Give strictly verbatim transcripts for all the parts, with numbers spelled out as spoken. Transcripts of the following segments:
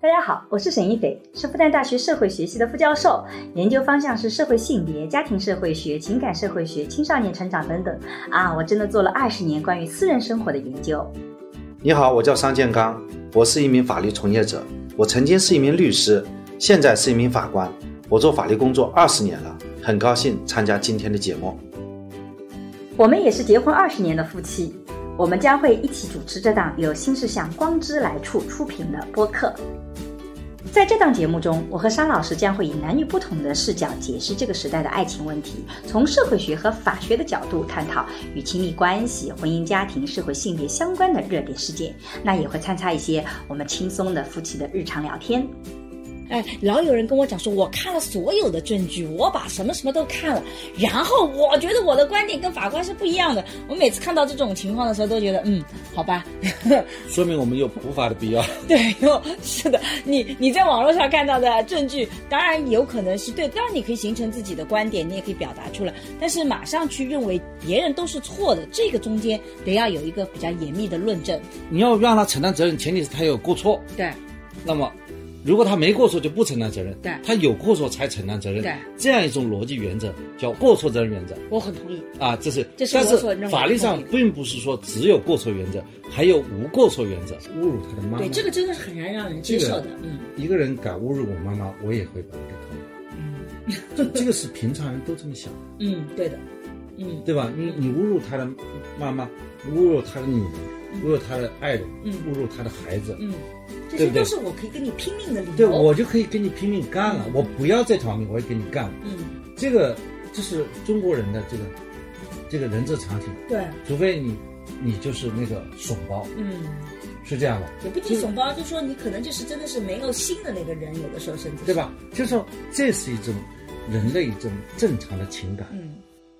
大家好，我是沈一斐，是复旦大学社会学系的副教授，研究方向是社会性别、家庭社会学、情感社会学、青少年成长等等。啊，我真的做了二十年关于私人生活的研究。 你好，我叫商建刚，我是一名法律从业者，我曾经是一名律师，现在是一名法官，我做法律工作二十年了，很高兴参加今天的节目。 我们也是结婚二十年的夫妻，我们将会一起主持这档由新世相光之来处出品的播客。在这档节目中，我和商老师将会以男女不同的视角解释这个时代的爱情问题，从社会学和法学的角度探讨与亲密关系、婚姻家庭、社会性别相关的热点事件，那也会参插一些我们轻松的夫妻的日常聊天。 哎，老有人跟我讲说，我看了所有的证据，我把什么什么都看了，然后我觉得我的观点跟法官是不一样的。我每次看到这种情况的时候，都觉得嗯，好吧， 说明我们有普法的必要。 对，有是的，你你在网络上看到的证据，当然有可能是对，当然你可以形成自己的观点，你也可以表达出来，但是马上去认为别人都是错的，这个中间得要有一个比较严密的论证。 你要让他承担责任，前提是他有过错。 对， 那么。如果他没过错就不承担责任， 对， 他有过错才承担责任， 对， 这样一种逻辑原则叫过错责任原则。 我很同意啊，这是， 这是我所认为的。 但是法律上并不是说只有过错原则，还有无过错原则。侮辱他的妈妈， 对，这个真的是很难让人接受的。这个、 嗯，一个人敢侮辱我妈妈，我也会把他给捅了。嗯，这个是平常人都这么想的。 嗯，对的。嗯， 对吧？你你侮辱他的妈妈，侮辱他的女人，侮辱他的爱人，嗯，侮辱他的孩子， 嗯。这些都是我可以跟你拼命的理由， 对，我就可以跟你拼命干了。嗯、我不要这条命，我也跟你干了。 嗯， 这个这是中国人的这个这个人之常情。 对， 除非你你就是那个怂包， 嗯， 是这样吧？ 也不提怂包，就说你可能就是真的是没有心的那个人，有的时候甚至对吧？就是说这是一种人类一种正常的情感。 嗯。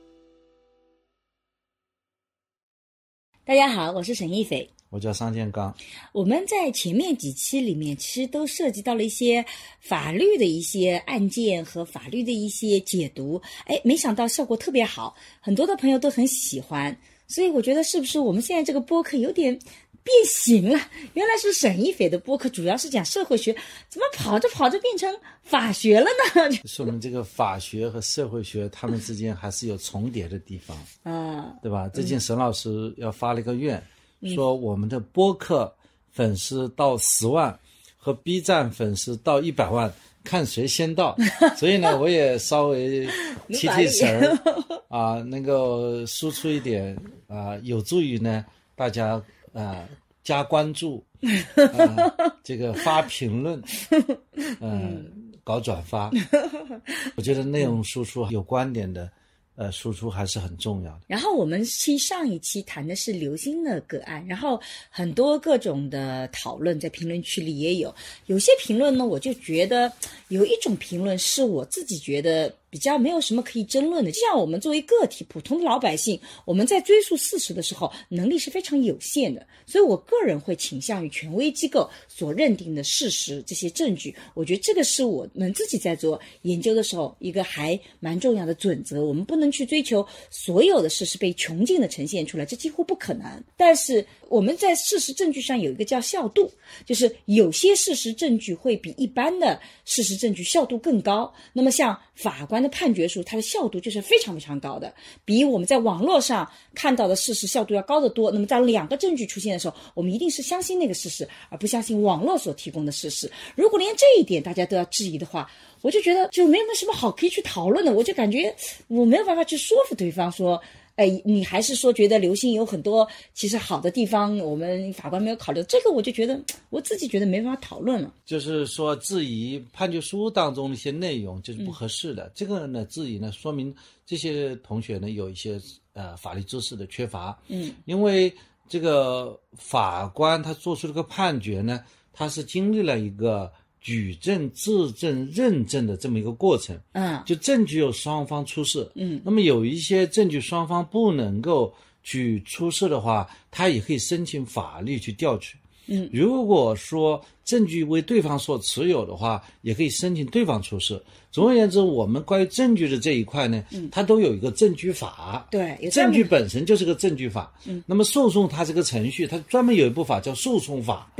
大家好，我是沈一斐。 我叫商建刚。 我们在前面几期里面其实都涉及到了一些法律的一些案件和法律的一些解读，哎，没想到效果特别好，很多的朋友都很喜欢，所以我觉得是不是我们现在这个播客有点变形了？原来是沈一斐的播客主要是讲社会学，怎么跑着跑着变成法学了呢？ 说明这个法学和社会学他们之间还是有重叠的地方啊， 对吧？最近沈老师要发了一个愿，嗯、说我们的播客粉丝到十万和 B 站粉丝到一百万，看谁先到。所以呢，我也稍微提提神儿啊，能够输出一点啊，有助于呢大家啊加关注，啊、这个发评论，嗯、呃，搞转发。我觉得内容输出有观点的。呃，输出还是很重要的。 然后我们期上一期谈的是刘星的个案，然后很多各种的讨论在评论区里也有。有些评论呢，我就觉得有一种评论是我自己觉得比较没有什么可以争论的。就像我们作为个体普通的老百姓，我们在追溯事实的时候，能力是非常有限的。所以我个人会倾向于权威机构所认定的事实，这些证据，我觉得这个是我们自己在做研究的时候一个还蛮重要的准则。我们不能去追求所有的事实被穷尽的呈现出来，这几乎不可能。但是我们在事实证据上有一个叫效度，就是有些事实证据会比一般的事实证据效度更高。那么像法官的判决书，它的效度就是非常非常高的，比我们在网络上看到的事实效度要高得多。那么当两个证据出现的时候，我们一定是相信那个事实，而不相信网络所提供的事实。如果连这一点大家都要质疑的话，我就觉得就没有什么好可以去讨论的。我就感觉我没有办法去说服对方说，哎，你还是说觉得刘星有很多其实好的地方，我们法官没有考虑，这个我就觉得我自己觉得没办法讨论了。 就是说质疑判决书当中的一些内容就是不合适的，嗯、这个呢质疑呢说明这些同学呢有一些呃法律知识的缺乏。 嗯， 因为这个法官他做出这个判决呢，他是经历了一个举证、质证、认证的这么一个过程。 嗯， 就证据有双方出示。 嗯， 那么有一些证据双方不能够去出示的话，他也可以申请法律去调取。 嗯， 如果说证据为对方所持有的话，也可以申请对方出示。总而言之，我们关于证据的这一块呢，嗯，它都有一个证据法。 对，有证据本身就是个证据法。 嗯， 那么诉讼它这个程序，它专门有一部法叫诉讼法。 对。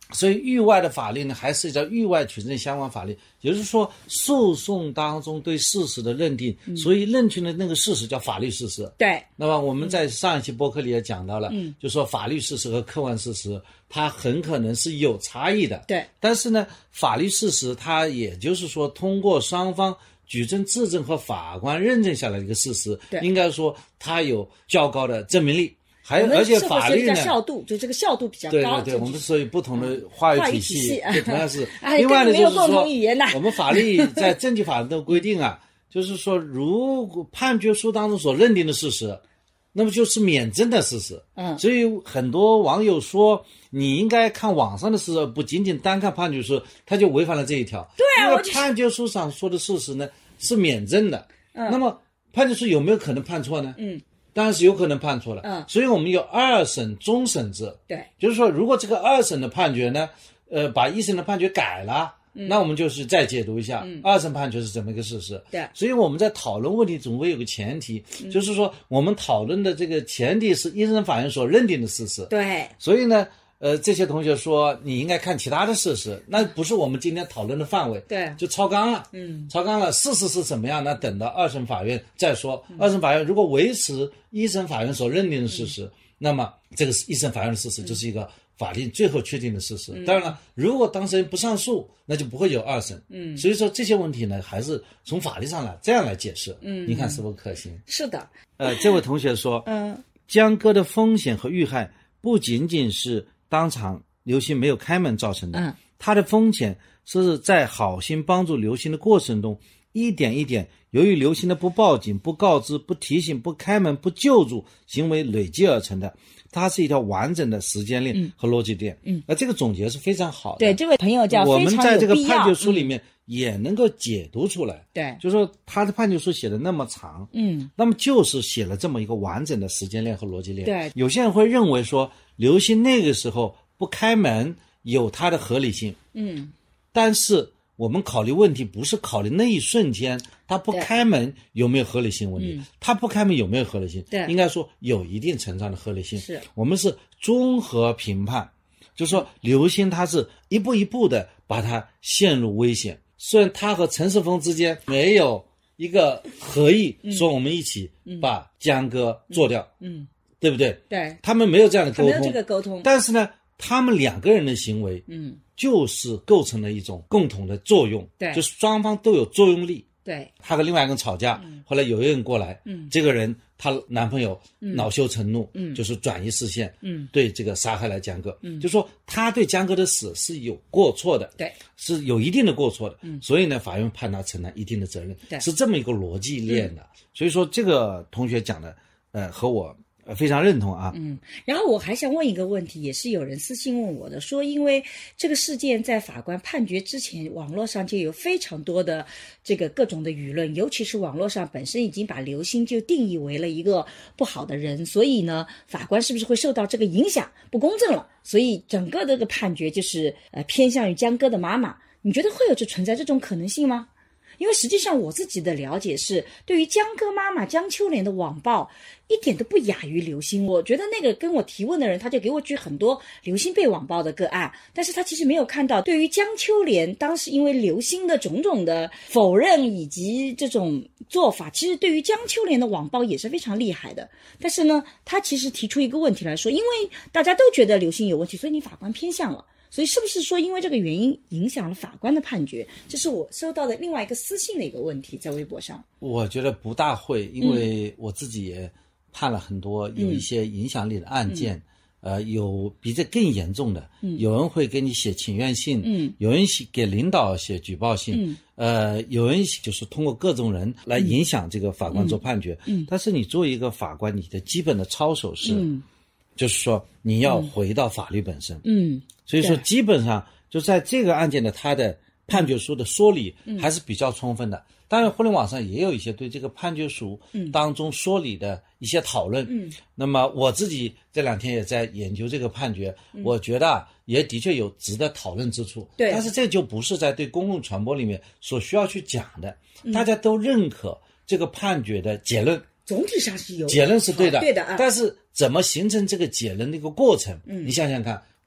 所以域外的法律呢，还是叫域外取证相关法律，也就是说，诉讼当中对事实的认定，嗯、所以认定的那个事实叫法律事实。 对。 那么我们在上一期播客里也讲到了，嗯，就说法律事实和客观事实，它很可能是有差异的。 对。 但是呢，法律事实它也就是说，通过双方举证质证和法官认证下来的一个事实，应该说它有较高的证明力。还有，而且法律呢， 效度就这个效度比较高。 对对对，我们所以不同的话语体系，就同样是。 啊、 另外呢，就是说， 我们法律在证据法都规定啊，就是说，如果判决书当中所认定的事实，那么就是免证的事实。嗯，所以很多网友说，你应该看网上的事实，不仅仅单看判决书，他就违反了这一条。 对啊， 因为判决书上说的事实呢是免证的。嗯，那么判决书有没有可能判错呢？嗯。当然是有可能判错了，嗯，所以我们有二审终审制， 对， 就是说，如果这个二审的判决呢，呃，把一审的判决改了，嗯、那我们就是再解读一下、嗯、二审判决是怎么一个事实， 对， 所以我们在讨论问题总会有个前提，嗯、就是说我们讨论的这个前提是一审法院所认定的事实， 对， 所以呢。呃，这些同学说你应该看其他的事实，那不是我们今天讨论的范围， 对， 就超纲了， 嗯， 超纲了。事实是怎么样？那等到二审法院再说。嗯、二审法院如果维持一审法院所认定的事实，嗯、那么这个一审法院的事实就是一个法律最后确定的事实。嗯、当然了，如果当事人不上诉，那就不会有二审。嗯，所以说这些问题呢，还是从法律上来这样来解释。嗯，你看是否可行？ 是的。 呃，这位同学说， 嗯， 江歌的风险和遇害不仅仅是当场刘鑫没有开门造成的，嗯，他的风险是在好心帮助刘鑫的过程中，一点一点，由于刘鑫的不报警、不告知、不提醒、不开门、不救助行为累积而成的。它是一条完整的时间链和逻辑链。嗯，那这个总结是非常好的。 对，这位朋友叫我们在这个判决书里面也能够解读出来。 对、 嗯，就是说他的判决书写的那么长，嗯，那么就是写了这么一个完整的时间链和逻辑链。 对， 有些人会认为说刘鑫那个时候不开门有它的合理性， 嗯， 但是我们考虑问题不是考虑那一瞬间他不开门有没有合理性问题，他不开门有没有合理性？ 对， 应该说有一定程度上的合理性。 是， 我们是综合评判，就是说刘鑫他是一步一步的把他陷入危险。虽然他和陈世峰之间没有一个合意，嗯、说我们一起把江歌做掉， 嗯， 对不对？ 对， 他们没有这样的沟通， 没有这个沟通。 但是呢，他们两个人的行为， 嗯， 就是构成了一种共同的作用， 对， 就是双方都有作用力。 对， 他和另外一个人吵架，嗯、后来有一个人过来，嗯，这个人她男朋友恼羞成怒，嗯，就是转移视线， 嗯， 对这个杀害了江歌，嗯，就说他对江歌的死是有过错的， 对， 是有一定的过错的，嗯，所以呢，法院判他承担一定的责任， 对， 是这么一个逻辑链的。嗯、所以说，这个同学讲的，呃，和我。非常认同啊， 嗯，然后我还想问一个问题，也是有人私信问我的，说因为这个事件在法官判决之前，网络上就有非常多的这个各种的舆论，尤其是网络上本身已经把刘鑫就定义为了一个不好的人，所以呢，法官是不是会受到这个影响，不公正了？所以整个这个判决就是呃偏向于江歌的妈妈，你觉得会有这存在这种可能性吗？因为实际上我自己的了解是，对于江歌妈妈江秋莲的网暴一点都不亚于刘鑫。我觉得那个跟我提问的人，他就给我举很多刘鑫被网暴的个案，但是他其实没有看到对于江秋莲当时因为刘鑫的种种的否认以及这种做法，其实对于江秋莲的网暴也是非常厉害的。但是呢，他其实提出一个问题来说，因为大家都觉得刘鑫有问题，所以你法官偏向了。所以是不是说因为这个原因影响了法官的判决？这是我收到的另外一个私信的一个问题，在微博上。 我觉得不大会，因为我自己也判了很多有一些影响力的案件，嗯、呃，有比这更严重的，嗯、有人会给你写请愿信，嗯，有人写给领导写举报信，嗯，呃，有人就是通过各种人来影响这个法官做判决，嗯，嗯但是你作为一个法官，你的基本的操守是，嗯，就是说你要回到法律本身， 嗯。 所以说基本上就在这个案件的他的判决书的说理还是比较充分的。嗯、当然互联网上也有一些对这个判决书当中说理的一些讨论。嗯，那么我自己这两天也在研究这个判决，嗯、我觉得也的确有值得讨论之处。 对， 但是这就不是在对公共传播里面所需要去讲的。嗯、大家都认可这个判决的结论。 总体上是有结论是对的， 对的啊。 但是怎么形成这个结论的一个过程？嗯，你想想看。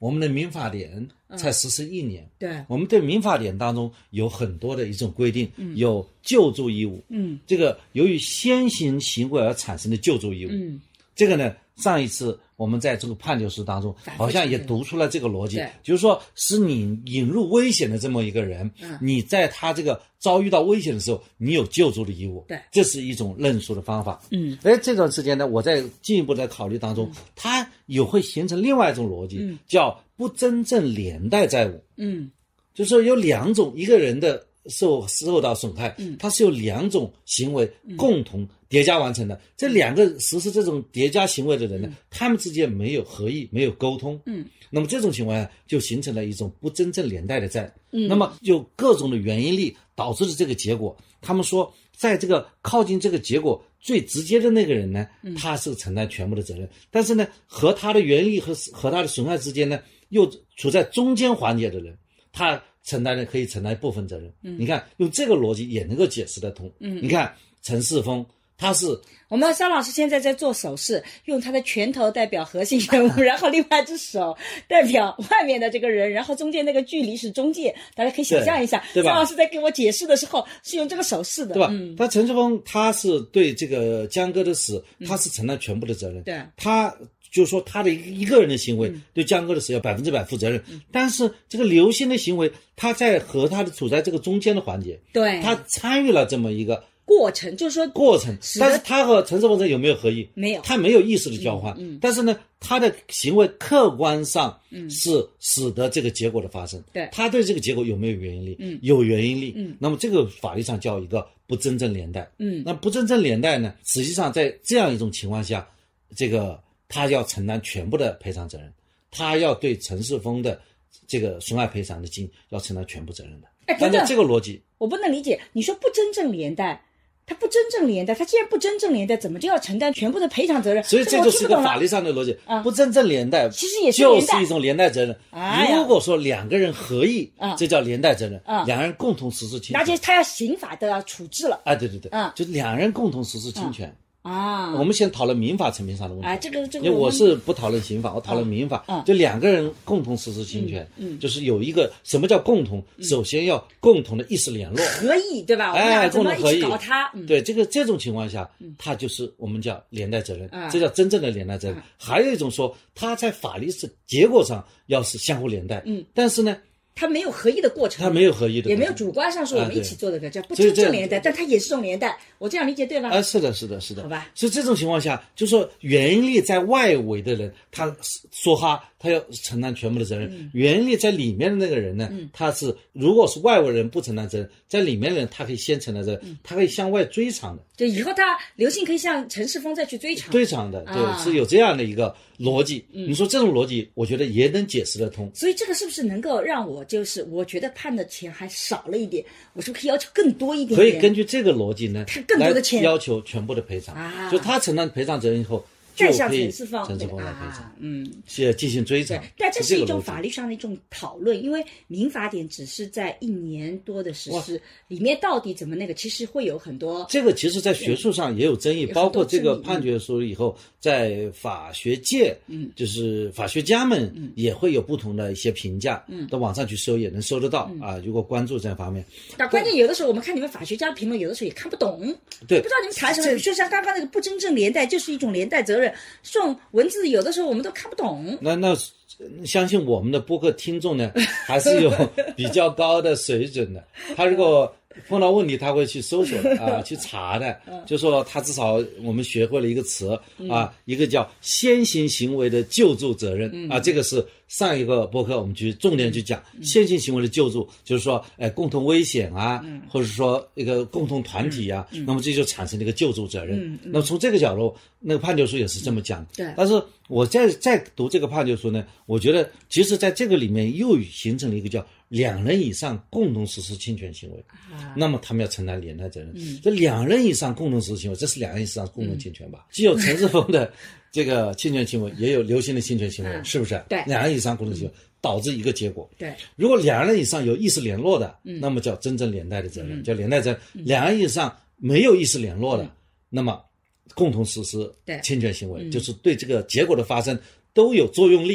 我们的民法典才实施一年， 嗯、对， 我们对民法典当中有很多的一种规定，嗯、有救助义务，嗯，这个由于先行行为而产生的救助义务，嗯，这个呢，上一次我们在这个判决书当中好像也读出了这个逻辑，就是说是你引入危险的这么一个人，嗯、你在他这个遭遇到危险的时候，你有救助的义务， 对， 这是一种论述的方法。 嗯， 而这段时间呢，我在进一步的考虑当中，嗯、它也会形成另外一种逻辑，嗯、叫不真正连带债务。 嗯， 就是说有两种，一个人的受受到损害，嗯，它是由两种行为共同叠加完成的。嗯、这两个实施这种叠加行为的人呢，嗯、他们之间没有合意，没有沟通，嗯，那么这种情况下就形成了一种不真正连带的债。嗯，那么有各种的原因力导致了这个结果。他们说，在这个靠近这个结果最直接的那个人呢，嗯、他是承担全部的责任，但是呢，和他的原因力和和他的损害之间呢，又处在中间环节的人，他承担的可以承担部分责任。嗯，你看用这个逻辑也能够解释得通。嗯，你看陈世峰他是我们肖老师现在在做手势，用他的拳头代表核心人物，然后另外一只手代表外面的这个人，然后中间那个距离是中介，大家可以想象一下。 对吧？ 肖老师在给我解释的时候是用这个手势的， 对吧？嗯，他陈世峰他是对这个江歌的死，他是承担全部的责任。 对， 他就是说他的一个人的行为对江歌的死要百分之百负责任，嗯、但是这个刘鑫的行为，他在和他的处在这个中间的环节， 对， 他参与了这么一个过程，就是说过程，但是他和陈世峰有没有合意？ 没有， 他没有意识的交换。嗯，嗯但是呢，他的行为客观上是使得这个结果的发生。对、嗯，他对这个结果有没有原因力？嗯，有原因力。嗯，那么这个法律上叫一个不真正连带。嗯，那不真正连带呢，实际上在这样一种情况下，这个他要承担全部的赔偿责任，他要对陈世峰的这个损害赔偿的金要承担全部责任的。哎，按照这个逻辑， 我不能理解，你说不真正连带。他不真正连带，他既然不真正连带，怎么就要承担全部的赔偿责任？ 所以这就是一个法律上的逻辑。啊、不真正连带， 其实也是就是一种连带责任。哎、如果说两个人合意，啊、这叫连带责任。啊、两人共同实施侵权， 而且他要刑法都要处置了。 哎，对对对，啊、就两人共同实施侵权。 啊， 我们先讨论民法层面上的问题。 啊，这个这个， 因为我是不讨论刑法，我讨论民法。嗯，就两个人共同实施侵权，嗯，就是有一个什么叫共同？首先要共同的意识联络， 合意，对吧？ 哎，共同合意搞他。 对，这个这种情况下，它就是我们叫连带责任，这叫真正的连带责任。还有一种说，它在法律是结果上要是相互连带，嗯，但是呢。 他没有合意的过程， 他没有合意的过程， 也没有主观上说我们一起做的，叫不真正连带，但他也是种连带，我这样理解对吧？ 啊，是的，是的，是的， 好吧。 所以这种情况下，就说原因力在外围的人，他说哈，他要承担全部的责任；嗯、原因力在里面的那个人呢，嗯、他是如果是外围人不承担责任，在里面的人他可以先承担责任，嗯、他可以向外追偿的。 就以后他刘鑫可以向陈世峰再去追偿， 追偿的，对，啊、是有这样的一个逻辑。嗯、你说这种逻辑，我觉得也能解释得通。 所以这个是不是能够让我就是我觉得判的钱还少了一点，我是不是可以要求更多一点点？ 可以根据这个逻辑呢， 他更多的钱要求全部的赔偿，啊、就他承担赔偿责任以后。 再向陈世峰陈世峰来赔偿， 嗯， 是进行追偿。 但这是一种法律上的一种讨论，因为民法典只是在一年多的实施，里面到底怎么那个，其实会有很多。 这个其实，在学术上也有争议，包括这个判决书以后，在法学界，嗯，就是法学家们也会有不同的一些评价，嗯，到网上去搜也能搜得到啊。如果关注这方面， 但关键有的时候我们看你们法学家的评论，有的时候也看不懂， 对， 不知道你们谈什么。就像刚刚那个不真正连带，就是一种连带责任。这种文字有的时候我们都看不懂。 那那相信我们的播客听众呢，还是有比较高的水准的。他如果碰到问题，他会去搜索啊，去查的。就说他至少我们学会了一个词啊，一个叫先行行为的救助责任啊，这个是上一个播客我们去重点去讲先行行为的救助，就是说，哎，共同危险啊，或者说一个共同团体啊，那么这就产生了一个救助责任。那么从这个角度，那个判决书也是这么讲。 对。 但是我在在读这个判决书呢，我觉得其实在这个里面又形成了一个叫两人以上共同实施侵权行为，啊、那么他们要承担连带责任。嗯、这两人以上共同实施行为，这是两人以上共同侵权吧？嗯、既有陈世峰的这个侵权行为，也有刘鑫的侵权行为，啊、是不是？ 对， 两人以上共同行为、嗯、导致一个结果。 对， 如果两人以上有意识联络的，嗯、那么叫真正连带的责任，嗯、叫连带责任。嗯、两人以上没有意识联络的，嗯、那么共同实施侵权行为，就是对这个结果的发生都有作用力。 对。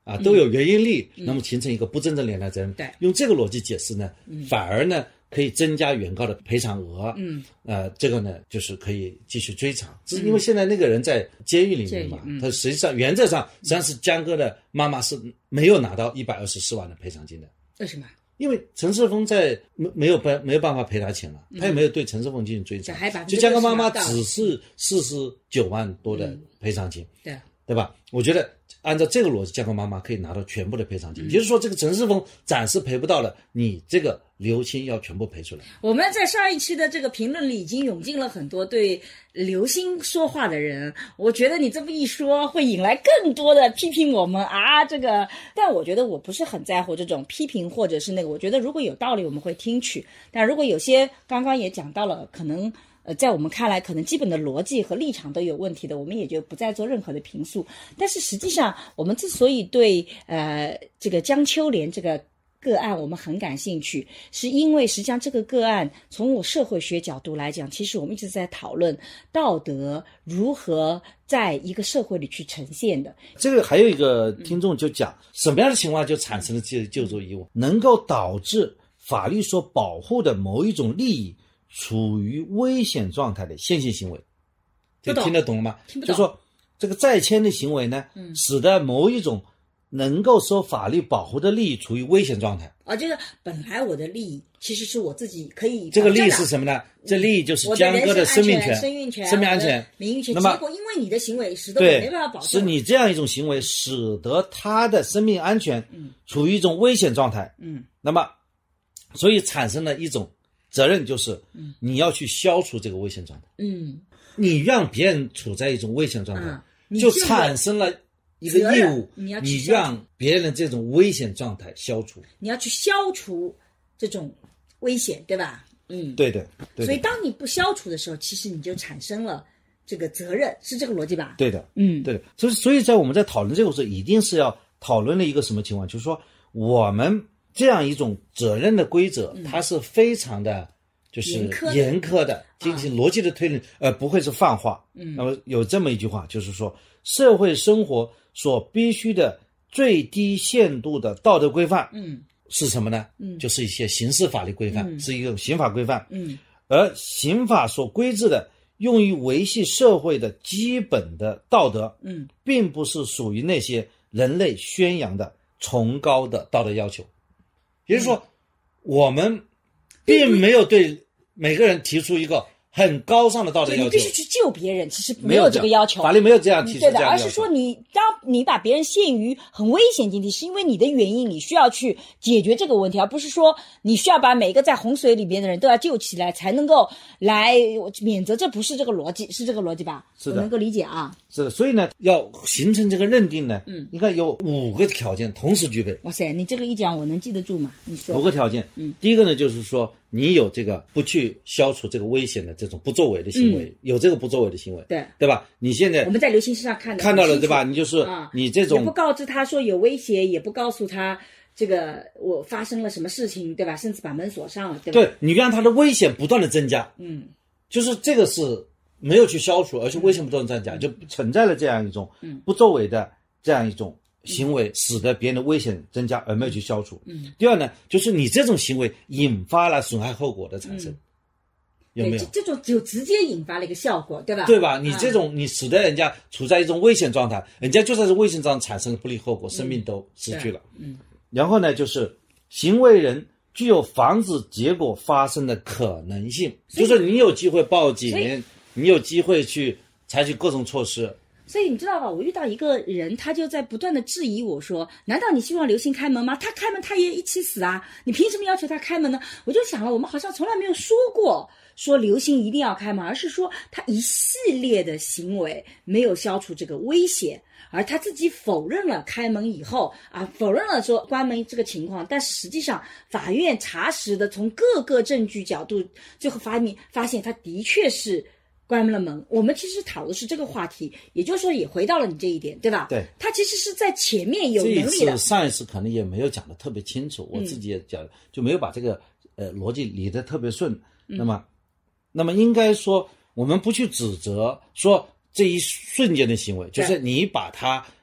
啊，都有原因力，嗯、那么形成一个不真正连带责任。 对， 用这个逻辑解释呢，嗯、反而呢可以增加原告的赔偿额。嗯，呃，这个呢就是可以继续追偿。只是因为现在那个人在监狱里面嘛，嗯、他实际上原则上实际上是江歌的妈妈是没有拿到一百二十四万的赔偿金的。 为什么？ 因为陈世峰在没没有办没有办法赔他钱了，他也没有对陈世峰进行追偿，嗯、就江歌妈妈只是四十九万多的赔偿金。 嗯、对。 对吧？我觉得按照这个逻辑，江歌妈妈可以拿到全部的赔偿金，也、嗯、就是说，这个陈世峰暂时赔不到了，你这个刘星要全部赔出来。 我们在上一期的这个评论里已经涌进了很多对刘星说话的人，我觉得你这么一说，会引来更多的批评我们啊，这个。但我觉得我不是很在乎这种批评或者是那个，我觉得如果有道理我们会听取，但如果有些刚刚也讲到了，可能。呃，在我们看来，可能基本的逻辑和立场都有问题的，我们也就不再做任何的评述。但是实际上，我们之所以对呃这个江秋莲这个个案我们很感兴趣，是因为实际上这个个案从我社会学角度来讲，其实我们一直在讨论道德如何在一个社会里去呈现的。 这个还有一个听众就讲，嗯、什么样的情况就产生了这救助义务，能够导致法律所保护的某一种利益处于危险状态的先行行为，这听得懂了吗？ 听不懂。 就是说，这个在签的行为呢，嗯、使得某一种能够受法律保护的利益处于危险状态。 啊，就是本来我的利益其实是我自己可以。 这个利益是什么呢？这利益就是江歌的生命权、 生命权、 生命安全、 名誉权。 那么， 结果因为你的行为，使得我没办法保证。 是你这样一种行为，使得他的生命安全处于一种危险状态。嗯，那么，所以产生了一种。责任就是你要去消除这个危险状态。嗯，你让别人处在一种危险状态，嗯、就产生了一个义务，你, 你让别人这种危险状态消除。 你要去消除这种危险，对吧？嗯， 对的。对的。 所以当你不消除的时候，其实你就产生了这个责任，是这个逻辑吧？ 对的。 嗯， 对的。所以，所以在我们在讨论这个时候，一定是要讨论的一个什么情况，就是说我们。这样一种责任的规则，它是非常的，就是严苛的，进行逻辑的推论，呃，不会是泛化。嗯，那么有这么一句话，就是说，社会生活所必须的最低限度的道德规范，嗯，是什么呢？嗯，就是一些刑事法律规范，嗯、是一个刑法规范。嗯，而刑法所规制的用于维系社会的基本的道德，嗯，并不是属于那些人类宣扬的崇高的道德要求。也就是说，我们并没有对每个人提出一个很高尚的道德要求， 你必须去救别人，其实没有这个要求， 法律没有这样提出这样的要求， 对的，而是说你当你把别人陷于很危险境地，是因为你的原因，你需要去解决这个问题，而不是说你需要把每一个在洪水里边的人都要救起来才能够来免责，这不是这个逻辑，是这个逻辑吧？ 是的， 我能够理解啊。 是的，所以呢，要形成这个认定呢，嗯，你看有五个条件同时具备。 哇塞，你这个一讲我能记得住吗？你说五个条件，嗯，第一个呢就是说你有这个不去消除这个危险的这种不作为的行为，嗯、有这个不作为的行为， 对对吧？你现在我们在刘星身上看到看到了对吧？你就是、 啊、 你这种也不告知他说有威胁，也不告诉他这个我发生了什么事情，对吧？甚至把门锁上了，对吧？ 对，你让他的危险不断的增加，嗯，就是这个是没有去消除，而是危险不断的增加，嗯、就存在了这样一种不作为的这样一种行为，使得别人的危险增加而没有去消除。嗯，第二呢，就是你这种行为引发了损害后果的产生。嗯，有没有？ 这种就直接引发了一个效果，对吧？ 对吧？你这种、嗯、你使得人家处在一种危险状态，人家就在这危险状态产生了不利后果，生命都失去了。嗯，然后呢，就是行为人具有防止结果发生的可能性，就是你有机会报警，你有机会去采取各种措施。 所以你知道吧，我遇到一个人，他就在不断的质疑我说，难道你希望刘星开门吗？他开门他也一起死啊，你凭什么要求他开门呢？我就想了，我们好像从来没有说过说刘星一定要开门，而是说他一系列的行为没有消除这个危险，而他自己否认了开门以后啊，否认了说关门这个情况，但是实际上法院查实的从各个证据角度，最后发现发现他的确是关了门。我们其实讨论的是这个话题，也就是说也回到了你这一点，对吧？ 对， 他其实是在前面有能力的。 这一次上一次可能也没有讲得特别清楚，我自己也讲、嗯、就没有把这个呃逻辑理得特别顺。嗯、那么，那么应该说我们不去指责说这一瞬间的行为，就是你把它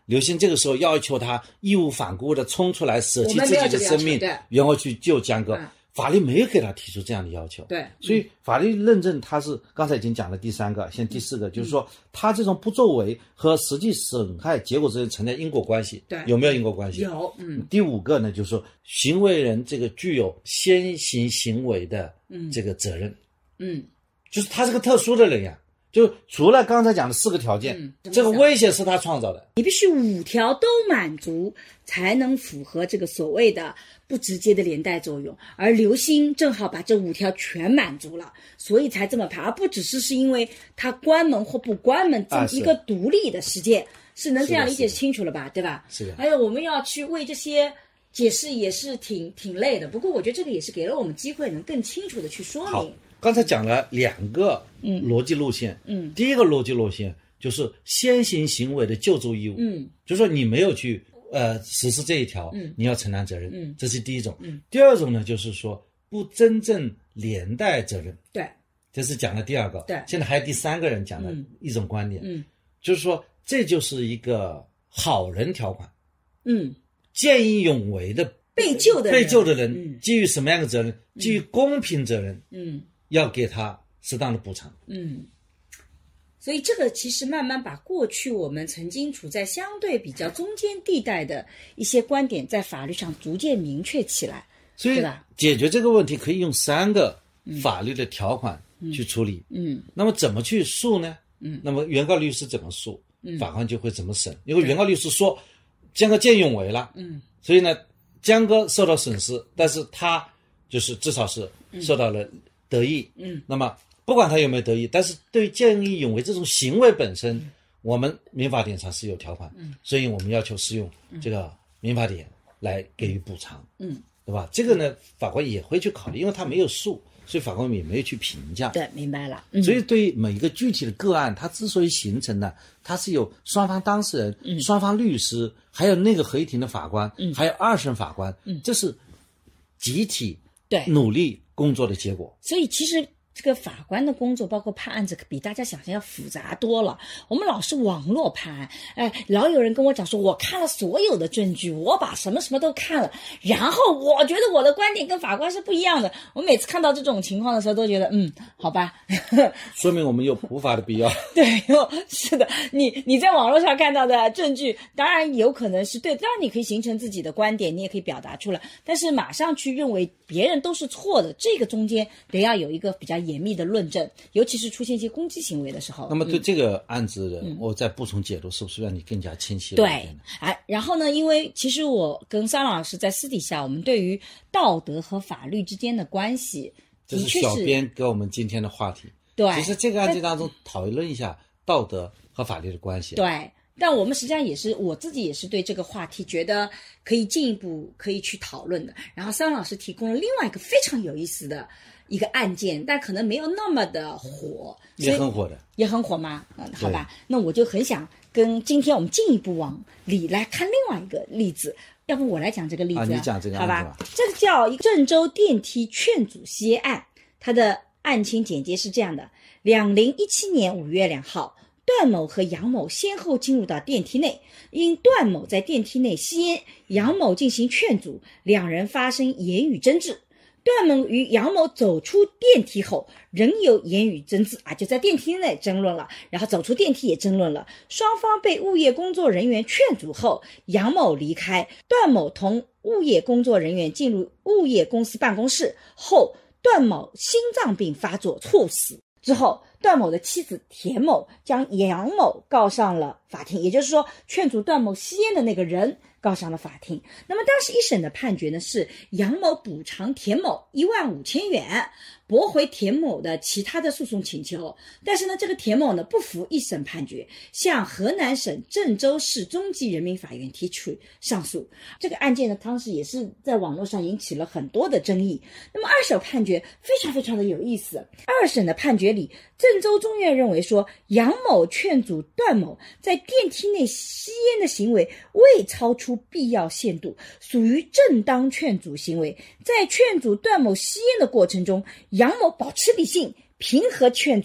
刘星这个时候要求他义无反顾的冲出来，舍弃自己的生命，然后去救江歌。嗯，法律没有给他提出这样的要求。 对， 所以法律认证他是刚才已经讲了第三个，现在第四个、嗯、就是说他这种不作为和实际损害结果之间存在因果关系。 对， 有没有因果关系？ 有。嗯。 第五个呢，就是说行为人这个具有先行行为的这个责任。嗯，就是他是个特殊的人呀。就除了刚才讲的四个条件、嗯、这个危险是他创造的， 你必须五条都满足才能符合这个所谓的不直接的连带作用，而刘星正好把这五条全满足了，所以才这么判，而不只是是因为他关门或不关门这么一个独立的事件、啊、是, 是能这样理解清楚了吧？对吧？ 是的。 还有我们要去为这些解释也是挺挺累的，不过我觉得这个也是给了我们机会能更清楚的去说明。 好，刚才讲了两个逻辑路线，嗯，第一个逻辑路线就是先行行为的救助义务，嗯，就是说你没有去呃实施这一条，嗯，你要承担责任，嗯，这是第一种，嗯，第二种呢就是说不真正连带责任， 对， 这是讲了第二个， 对， 现在还有第三个人讲的一种观点，嗯，就是说这就是一个好人条款，嗯，见义勇为的被救的人被救的人、嗯、基于什么样的责任？基于公平责任，嗯。要给他适当的补偿。 嗯，所以这个其实慢慢把过去我们曾经处在相对比较中间地带的一些观点在法律上逐渐明确起来， 所以解决这个问题可以用三个法律的条款去处理。嗯，嗯那么怎么去诉呢？嗯，那么原告律师怎么诉，嗯、法官就会怎么审。因为原告律师说江歌见义勇为了，嗯，所以呢江歌受到损失，但是他就是至少是受到了得益，嗯，那么不管他有没有得益，但是对于见义勇为这种行为本身，嗯、我们民法典上是有条款，嗯，所以我们要求适用这个民法典来给予补偿，嗯，对吧？这个呢，法官也会去考虑，因为他没有诉，所以法官也没有去评价。 对，明白了。嗯、 所以对于每一个具体的个案，它之所以形成呢，它是有双方当事人、嗯、双方律师，还有那个合议庭的法官，嗯，还有二审法官，嗯，这是集体对努力工作的结果。 所以其实这个法官的工作包括判案子比大家想象要复杂多了，我们老是网络判案，哎，老有人跟我讲说我看了所有的证据，我把什么什么都看了，然后我觉得我的观点跟法官是不一样的。我每次看到这种情况的时候都觉得嗯好吧说明我们有普法的必要。 对，是的，你你在网络上看到的证据当然有可能是对，当然你可以形成自己的观点，你也可以表达出来，但是马上去认为别人都是错的，这个中间得要有一个比较严密的论证，尤其是出现一些攻击行为的时候。 那么对这个案子的、嗯、我再补充解读，是不是让你更加清晰了？ 对，哎，然后呢，因为其实我跟桑老师在私底下，我们对于道德和法律之间的关系， 这是小编给我们今天的话题。 对， 其实这个案件当中讨论一下道德和法律的关系。 对。但我们实际上也是，我自己也是对这个话题觉得可以进一步可以去讨论的。然后桑老师提供了另外一个非常有意思的一个案件，但可能没有那么的火， 也很火的， 也很火吗？嗯，好吧，那我就很想跟今天我们进一步往里来看另外一个例子。要不我来讲这个例子、啊啊、你讲这个案子吧。 好吧，这个叫郑州电梯劝阻吸烟案，它的案情简介是这样的：两零一七年五月两号。段某和杨某先后进入到电梯内，因段某在电梯内吸烟，杨某进行劝阻，两人发生言语争执。段某与杨某走出电梯后仍有言语争执啊，就在电梯内争论了，然后走出电梯也争论了。双方被物业工作人员劝阻后，杨某离开，段某同物业工作人员进入物业公司办公室后，段某心脏病发作猝死。之后段某的妻子田某将杨某告上了法庭，也就是说劝阻段某吸烟的那个人告上了法庭。那么当时一审的判决呢是杨某补偿田某一万五千元，驳回田某的其他的诉讼请求。但是呢这个田某呢不服一审判决，向河南省郑州市中级人民法院提出上诉。这个案件呢当时也是在网络上引起了很多的争议。那么二审判决非常非常的有意思。二审的判决里，郑州中院认为说杨某劝阻段某在电梯内吸烟的行为未超出必要限度，属于正当劝阻行为。在劝阻段某吸烟的过程中，杨某保持理性，平和劝阻，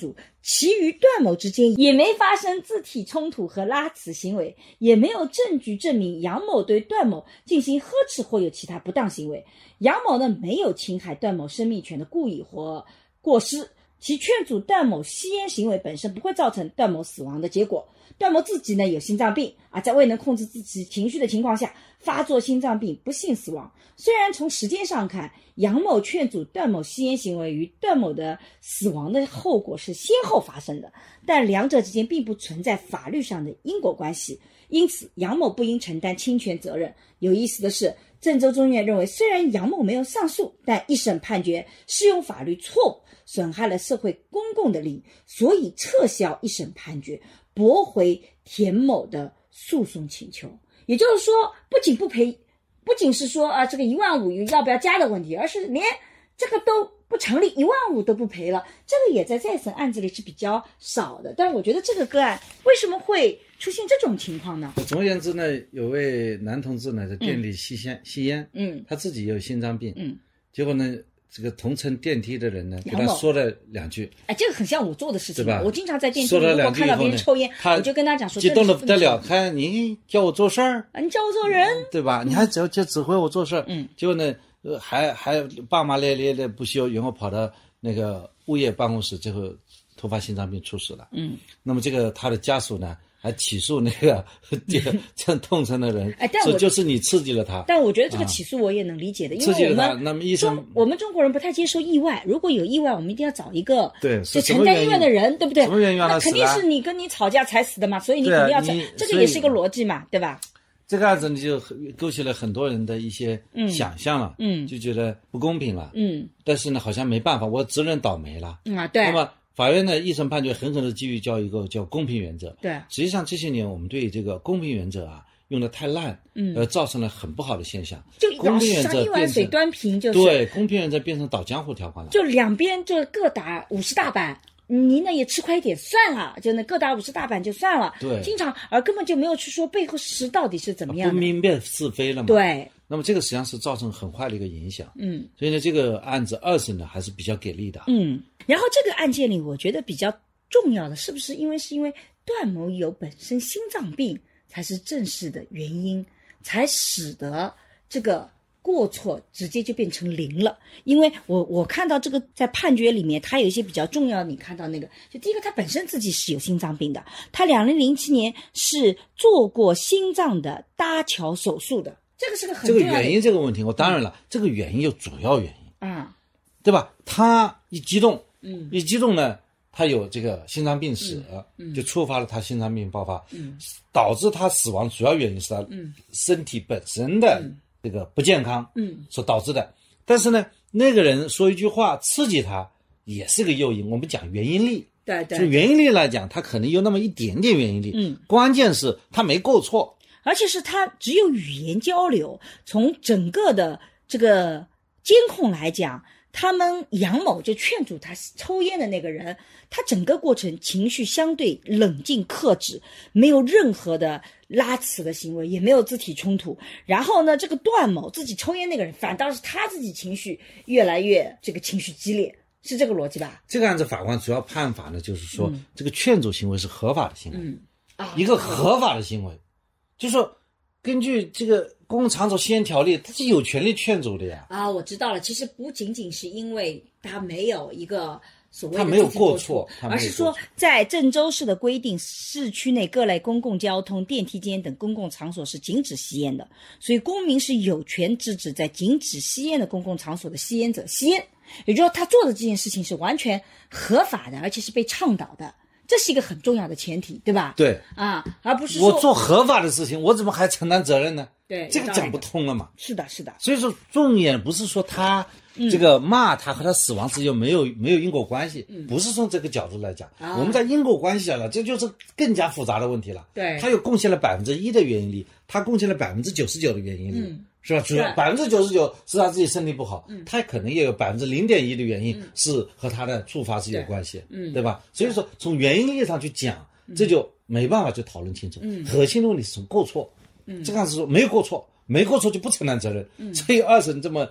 其余段某之间也没发生肢体冲突和拉扯行为，也没有证据证明杨某对段某进行呵斥或有其他不当行为。杨某呢没有侵害段某生命权的故意或过失，其劝阻段某吸烟行为本身不会造成段某死亡的结果。段某自己呢有心脏病啊，在未能控制自己情绪的情况下发作心脏病，不幸死亡。虽然从时间上看，杨某劝阻段某吸烟行为与段某的死亡的后果是先后发生的，但两者之间并不存在法律上的因果关系，因此杨某不应承担侵权责任。有意思的是，郑州中院认为，虽然杨某没有上诉，但一审判决适用法律错误，损害了社会公共的利益，所以撤销一审判决，驳回田某的诉讼请求。也就是说，不仅不赔，不仅是说啊这个一万五要不要加的问题，而是连这个都不成立，一万五都不赔了，这个也在再审案子里是比较少的。但我觉得这个个案为什么会出现这种情况呢？ 总而言之呢，有位男同志呢在店里吸烟、嗯、吸烟，嗯，他自己也有心脏病，嗯，结果呢这个同乘电梯的人呢给他说了两句， 哎，这个很像我做的事情， 对吧？ 我经常在电梯里如果看到别人抽烟，我就跟他讲说， 激动的不得了，看你叫我做事儿， 你叫我做人， 嗯、对吧？你还只要就指挥我做事儿，嗯，结果呢，呃，还还骂骂咧咧的不休，然后跑到那个物业办公室，最后突发心脏病猝死了，嗯，那么这个他的家属呢？还起诉那个这样痛乘的人，哎，但我就是你刺激了他。 但我觉得这个起诉我也能理解的，啊、因为我们那么医生， 我们中国人不太接受意外，如果有意外，我们一定要找一个对就承担意外的人，对不对？ 什么原因让他死？ 那肯定是你跟你吵架才死的嘛，所以你肯定要承，啊、这个也是一个逻辑嘛，对吧？ 这个案子呢，就勾起了很多人的一些想象了，嗯，就觉得不公平了，嗯，但是呢，好像没办法，我只能倒霉了， 嗯啊，对， 那么。法院呢，一审判决狠狠的基于叫一个叫公平原则。 对， 实际上这些年我们对这个公平原则啊用的太烂，嗯，呃，造成了很不好的现象。 就公平原则一碗水端平，就是对公平原则变成倒江湖条款了。 就两边就各打五十大板，您呢也吃亏一点算了，就那各打五十大板就算了。 对， 经常而根本就没有去说背后事实到底是怎么样的， 不明辨是非了嘛。 对。 那么这个实际上是造成很坏的一个影响，嗯，所以呢，这个案子二审呢还是比较给力的， 嗯。然后这个案件里，我觉得比较重要的是不是因为是因为段某有本身心脏病才是正式的原因，才使得这个过错直接就变成零了。因为我我看到这个在判决里面，他有一些比较重要的，你看到那个，就第一个，他本身自己是有心脏病的，他二零零七年是做过心脏的搭桥手术的。这个是个很重要的这个原因，这个问题，我当然了，嗯、这个原因有主要原因啊， 对吧？他一激动，嗯，一激动呢，他有这个心脏病史，嗯，就触发了他心脏病爆发，嗯，导致他死亡主要原因是他身体本身的这个不健康，嗯，所导致的。但是呢，那个人说一句话刺激他，也是个诱因。我们讲原因力， 对对， 就原因力来讲，他可能有那么一点点原因力，嗯，关键是他没过错。 而且是他只有语言交流，从整个的这个监控来讲，他们杨某就劝阻他抽烟的那个人，他整个过程情绪相对冷静克制，没有任何的拉扯的行为，也没有肢体冲突。然后呢，这个段某自己抽烟那个人，反倒是他自己情绪越来越这个情绪激烈，是这个逻辑吧？ 这个案子法官主要判罚呢，就是说、嗯、这个劝阻行为是合法的行为，嗯啊， 一个合法的行为。就是说，根据这个公共场所吸烟条例，他是有权利劝阻的呀。 啊，我知道了。其实不仅仅是因为他没有一个所谓的他没有过错， 而是说在郑州市的规定，市区内各类公共交通、电梯间等公共场所是禁止吸烟的，所以公民是有权制止在禁止吸烟的公共场所的吸烟者吸烟。也就是说，他做的这件事情是完全合法的，而且是被倡导的。这是一个很重要的前提，对吧？ 对啊，而不是说我做合法的事情，我怎么还承担责任呢？ 对， 这个讲不通了嘛。 是的，是的。 所以说，重点不是说他这个骂他和他死亡之间没有、嗯、没有因果关系，嗯、不是从这个角度来讲。啊、我们在因果关系上了，这就是更加复杂的问题了。 对， 他有贡献了百分之一的原因力，他贡献了百分之九十九的原因力。嗯，是吧？主要百分之九十九是他自己身体不好，嗯、他可能也有百分之零点一的原因是和他的触发是有关系，嗯，对吧？所以说从原因力上去讲，嗯、这就没办法去讨论清楚。嗯，核心的问题是从过错，嗯，这个是说没有过错，没过错就不承担责任。嗯，所以二审这么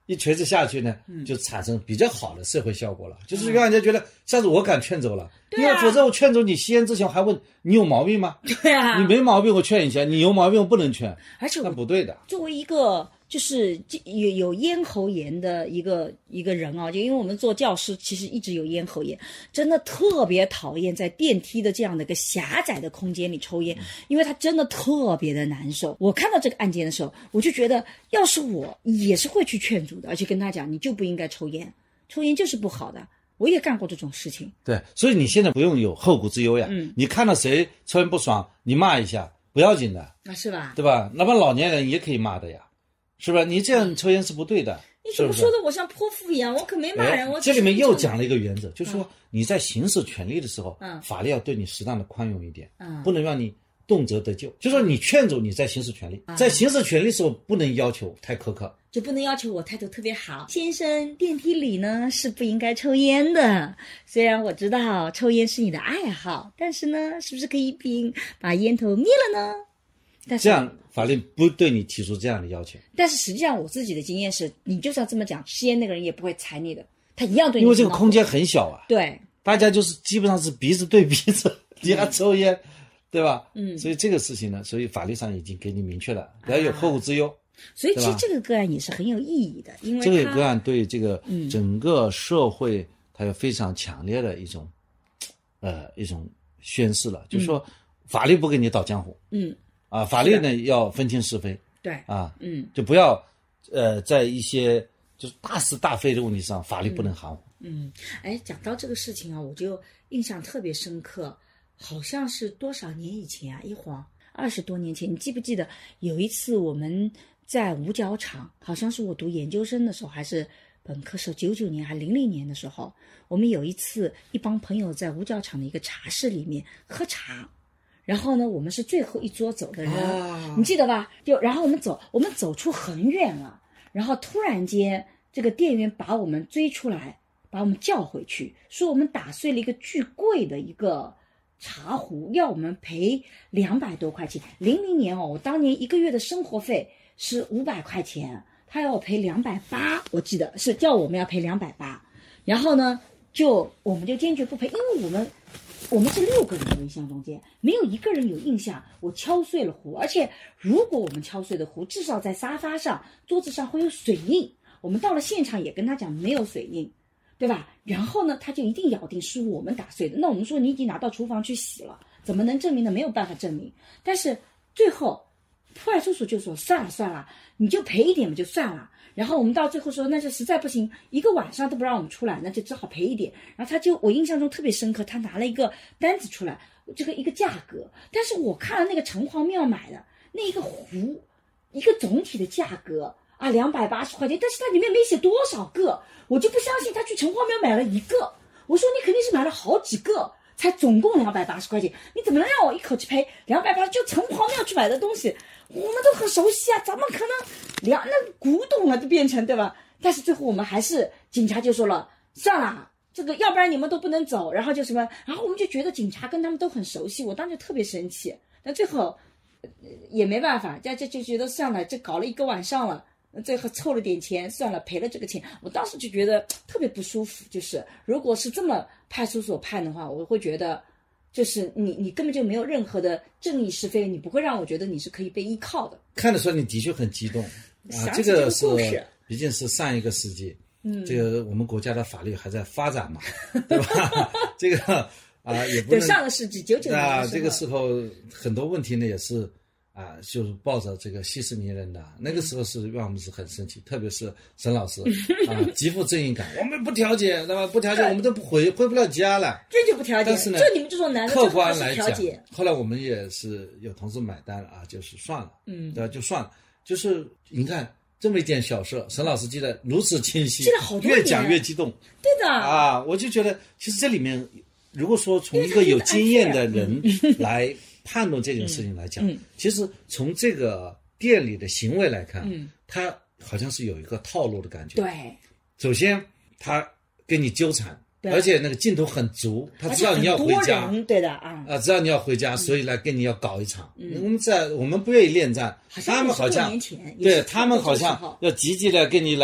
一锤子下去呢，就产生比较好的社会效果了，嗯、就是让人家觉得下次我敢劝走了，因为否则我劝走你吸烟之前我还问你有毛病吗？ 对啊， 你没毛病我劝一下，你有毛病我不能劝， 而且那不对的。 作为一个就是有有咽喉炎的一个一个人啊，就因为我们做教师，其实一直有咽喉炎，真的特别讨厌在电梯的这样的一个狭窄的空间里抽烟，因为它真的特别的难受。我看到这个案件的时候，我就觉得，要是我也是会去劝阻的，而且跟他讲，你就不应该抽烟，抽烟就是不好的。我也干过这种事情。 对，所以你现在不用有后顾之忧呀。嗯，你看到谁抽烟不爽，你骂一下，不要紧的， 啊，是吧？ 对吧？哪怕老年人也可以骂的呀。是吧？你这样抽烟是不对的。 你怎么说的我像泼妇一样？我可没骂人。我这里面又讲了一个原则，就是说你在行使权利的时候，嗯，法律要对你适当的宽容一点，嗯，不能让你动辄得咎。就是说你劝阻你在行使权利，在行使权利的时候不能要求太苛刻， 就不能要求我态度特别好。先生，电梯里呢是不应该抽烟的。虽然我知道抽烟是你的爱好，但是呢，是不是可以一并把烟头灭了呢？但是这样法律不对你提出这样的要求。 但是实际上我自己的经验是，你就算这么讲，吸烟那个人也不会踩你的，他一样对你。 因为这个空间很小啊。 对， 大家就是基本上是鼻子对鼻子，你还抽烟，嗯、对吧？嗯。所以这个事情呢，所以法律上已经给你明确了，不要有后顾之忧。啊、 所以其实这个个案也是很有意义的，因为这个个案对这个整个社会它有非常强烈的一种，嗯、呃一种宣示了，就是说法律不给你倒江湖。嗯。啊，法律呢要分清是非， 对啊， 嗯， 就不要，呃，在一些就是大是大非的问题上，法律不能含糊。 嗯，哎，讲到这个事情啊，我就印象特别深刻，好像是多少年以前啊，一晃二十多年前，你记不记得有一次我们在五角场，好像是我读研究生的时候，还是本科时候，九九年还零零年的时候，我们有一次一帮朋友在五角场的一个茶室里面喝茶。然后呢，我们是最后一桌走的人，啊、你记得吧？就然后我们走，我们走出很远了，然后突然间，这个店员把我们追出来，把我们叫回去，说我们打碎了一个巨贵的一个茶壶，要我们赔两百多块钱。零零年哦，我当年一个月的生活费是五百块钱，他要我赔两百八，我记得是叫我们要赔两百八。然后呢，就我们就坚决不赔，因为我们。我们是六个人，我印象中间没有一个人有印象我敲碎了壶，而且如果我们敲碎的壶，至少在沙发上、桌子上会有水印。我们到了现场也跟他讲没有水印，对吧？然后呢，他就一定咬定是我们打碎的。那我们说你已经拿到厨房去洗了，怎么能证明呢？没有办法证明。但是最后派出所就说算了算了，你就赔一点嘛，就算了。然后我们到最后说那是实在不行，一个晚上都不让我们出来，那就只好赔一点。然后他就我印象中特别深刻，他拿了一个单子出来，这个一个价格，但是我看了那个城隍庙买的那一个壶，一个总体的价格啊两百八十块钱，但是它里面没写多少个，我就不相信他去城隍庙买了一个。我说你肯定是买了好几个，才总共两百八十块钱，你怎么能让我一口气赔两百八十？就城隍庙去买的东西，我们都很熟悉啊，怎么可能两那古董了就变成，对吧？但是最后我们还是警察就说了，算了，这个要不然你们都不能走，然后就什么，然后我们就觉得警察跟他们都很熟悉，我当时特别生气，但最后、呃、也没办法，这这就觉得算了，这搞了一个晚上了。最后凑了点钱，算了，赔了这个钱，我当时就觉得特别不舒服。就是如果是这么派出所判的话，我会觉得，就是你你根本就没有任何的正义是非，你不会让我觉得你是可以被依靠的。 看得出来你的确很激动啊，这个是毕竟是上一个世纪，嗯，这个我们国家的法律还在发展嘛，对吧？这个啊也不能对上个世纪九九年啊，这个时候很多问题呢也是。啊，就是抱着这个息事宁人的，那个时候是让我们是很生气，特别是沈老师啊，极富正义感。我们不调解，对吧？不调解，我们都不回回不了家了。 这就不调解， 但是呢， 就你们这种男的， 客观来讲，后来我们也是有同事买单了啊，就是算了，嗯，对吧？就算了，就是你看这么一点小事，沈老师记得如此清晰， 记得好多年， 越讲越激动。 对的啊，我就觉得其实这里面，如果说从一个有经验的人来。判断这件事情来讲、嗯嗯、其实从这个店里的行为来看、嗯、他好像是有一个套路的感觉。 对， 首先他跟你纠缠，而且那个劲头很足，他知道你要回家， 对的啊， 啊，知道你要回家、嗯、所以来跟你要搞一场、嗯、我们在我们不愿意恋战，他们好像对他们好像要积极的跟你来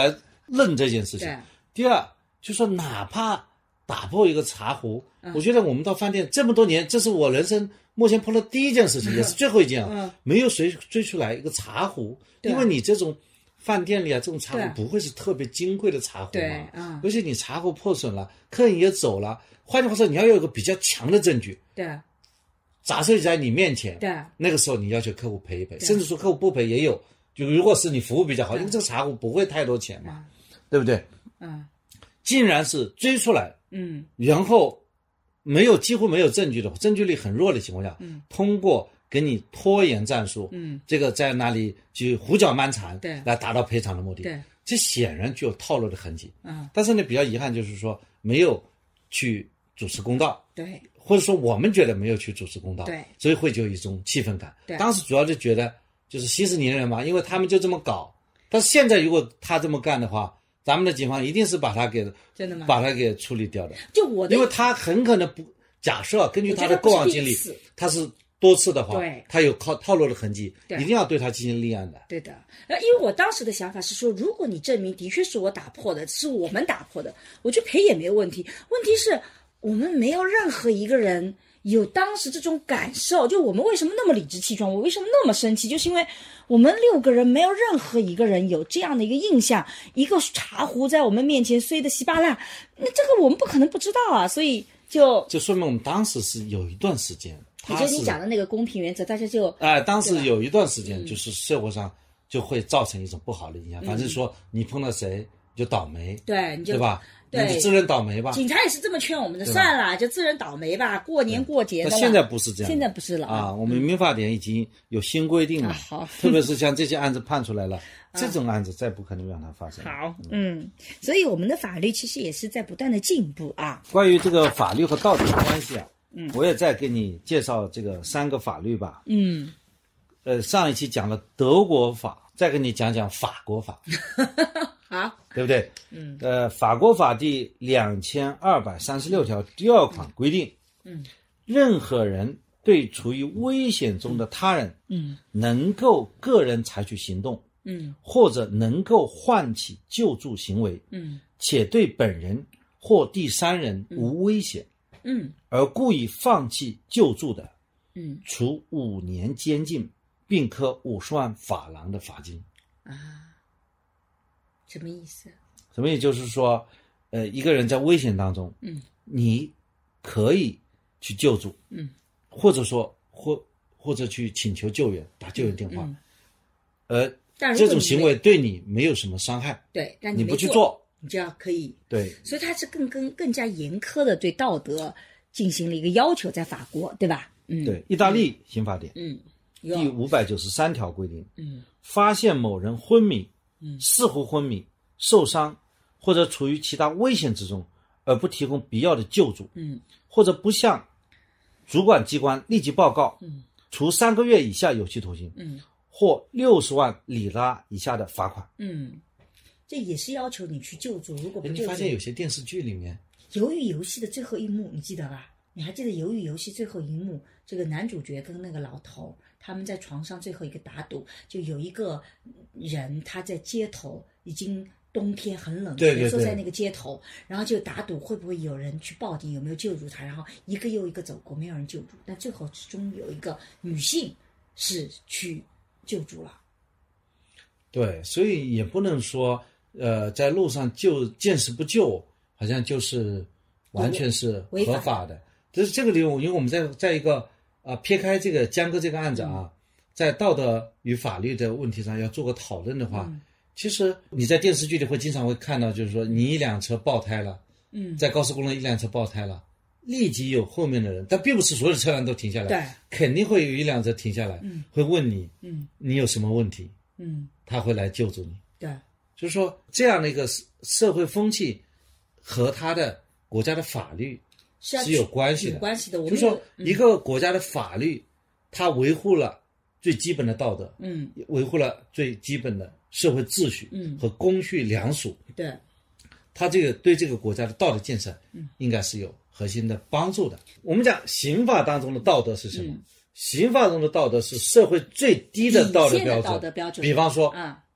认这件事情。第二，就说哪怕打破一个茶壶，嗯、我觉得我们到饭店这么多年，这是我人生目前碰到第一件事情，也是最后一件啊，嗯、没有谁追出来一个茶壶，因为你这种饭店里啊，这种茶壶不会是特别金贵的茶壶嘛，嗯、而且你茶壶破损了，客人也走了，换句话说，你要有一个比较强的证据。对。假设在你面前，对，那个时候你要求客户赔一赔，甚至说客户不赔也有。就如果是你服务比较好，因为这个茶壶不会太多钱嘛，嗯、对不对？嗯，竟然是追出来，嗯，然后没有几乎没有证据的，证据力很弱的情况下，嗯，通过给你拖延战术，嗯，这个在那里去胡搅蛮缠，对，来达到赔偿的目的，对，这显然具有套路的痕迹，嗯，但是呢，比较遗憾就是说没有去主持公道，对。或者说我们觉得没有去主持公道，对，所以会就有一种气愤感。对，当时主要就觉得就是息事宁人嘛，因为他们就这么搞。但是现在如果他这么干的话，咱们的警方一定是把他给真的吗？把他给处理掉的。就我的，因为他很可能不假设根据他的过往经历，他是多次的话，对，他有套套路的痕迹，一定要对他进行立案的。对的，呃，因为我当时的想法是说，如果你证明的确是我打破的，是我们打破的，我去赔也没有问题。问题是。我们没有任何一个人有当时这种感受，就我们为什么那么理直气壮，我为什么那么生气，就是因为我们六个人没有任何一个人有这样的一个印象，一个茶壶在我们面前碎得稀巴烂，那这个我们不可能不知道啊，所以就就说明我们当时是有一段时间，也就是你讲的那个公平原则，大家就哎、呃，当时有一段时间就是社会上就会造成一种不好的影响，嗯、反正说你碰到谁就倒霉，对，你就对吧？对，你自认倒霉吧。警察也是这么劝我们的，算了，就自认倒霉吧。过年过节的。那现在不是这样，现在不是了啊。我们民法典已经有新规定了，啊、好，特别是像这些案子判出来了，啊、这种案子再不可能让它发生。好，嗯，所以我们的法律其实也是在不断的进步啊。关于这个法律和道德的关系啊，嗯，我也再给你介绍这个三个法律吧。嗯，呃，上一期讲了德国法，再给你讲讲法国法。好，对不对？嗯，呃，法国法第两千二百三十六条第二款规定，嗯，任何人对处于危险中的他人，嗯，能够个人采取行动，嗯，或者能够唤起救助行为，嗯，且对本人或第三人无危险，嗯，而故意放弃救助的，嗯，处五年监禁，并科五十万法郎的罚金。啊。什么意思？什么意思？就是说，呃，一个人在危险当中，嗯，你可以去救助，嗯，或者说或或者去请求救援，打救援电话，嗯、呃，这种行为对你没有什么伤害，对，但你, 你不去做，你就要可以，对，所以它是更更更加严苛的对道德进行了一个要求，在法国，对吧？嗯，对，意大利刑法典，嗯，第五百九十三条规定，嗯，发现某人昏迷。嗯，似乎昏迷、受伤或者处于其他危险之中，而不提供必要的救助，嗯，或者不向主管机关立即报告，嗯，处三个月以下有期徒刑，嗯，或六十万里拉以下的罚款，嗯，这也是要求你去救助。如果不救助，你发现有些电视剧里面，鱿鱼游戏的最后一幕，你记得吧？你还记得鱿鱼游戏最后一幕，这个男主角跟那个老头他们在床上最后一个打赌，就有一个人他在街头，已经冬天很冷，对对对，坐在那个街头，然后就打赌会不会有人去报警，有没有救助他，然后一个又一个走过，没有人救助，但最后始终有一个女性是去救助了。对，所以也不能说呃在路上救见死不救好像就是完全是合法的。就是这个理由，因为我们在在一个啊、呃、撇开这个江歌这个案子啊、嗯，在道德与法律的问题上要做个讨论的话、嗯，其实你在电视剧里会经常会看到，就是说你一辆车爆胎了，嗯，在高速公路一辆车爆胎了，立即有后面的人，但并不是所有的车辆都停下来，对，肯定会有一辆车停下来，嗯，会问你，嗯，你有什么问题，嗯，他会来救助你，对，就是说这样的一个社会风气和他的国家的法律是有关系的，有关系的。就是说，一个国家的法律，它维护了最基本的道德，嗯，维护了最基本的社会秩序，嗯，和公序良俗，对，它这个对这个国家的道德建设，嗯，应该是有核心的帮助的。我们讲刑法当中的道德是什么？嗯、刑法中的道德是社会最低的道德标准。道德标准。比方说，啊、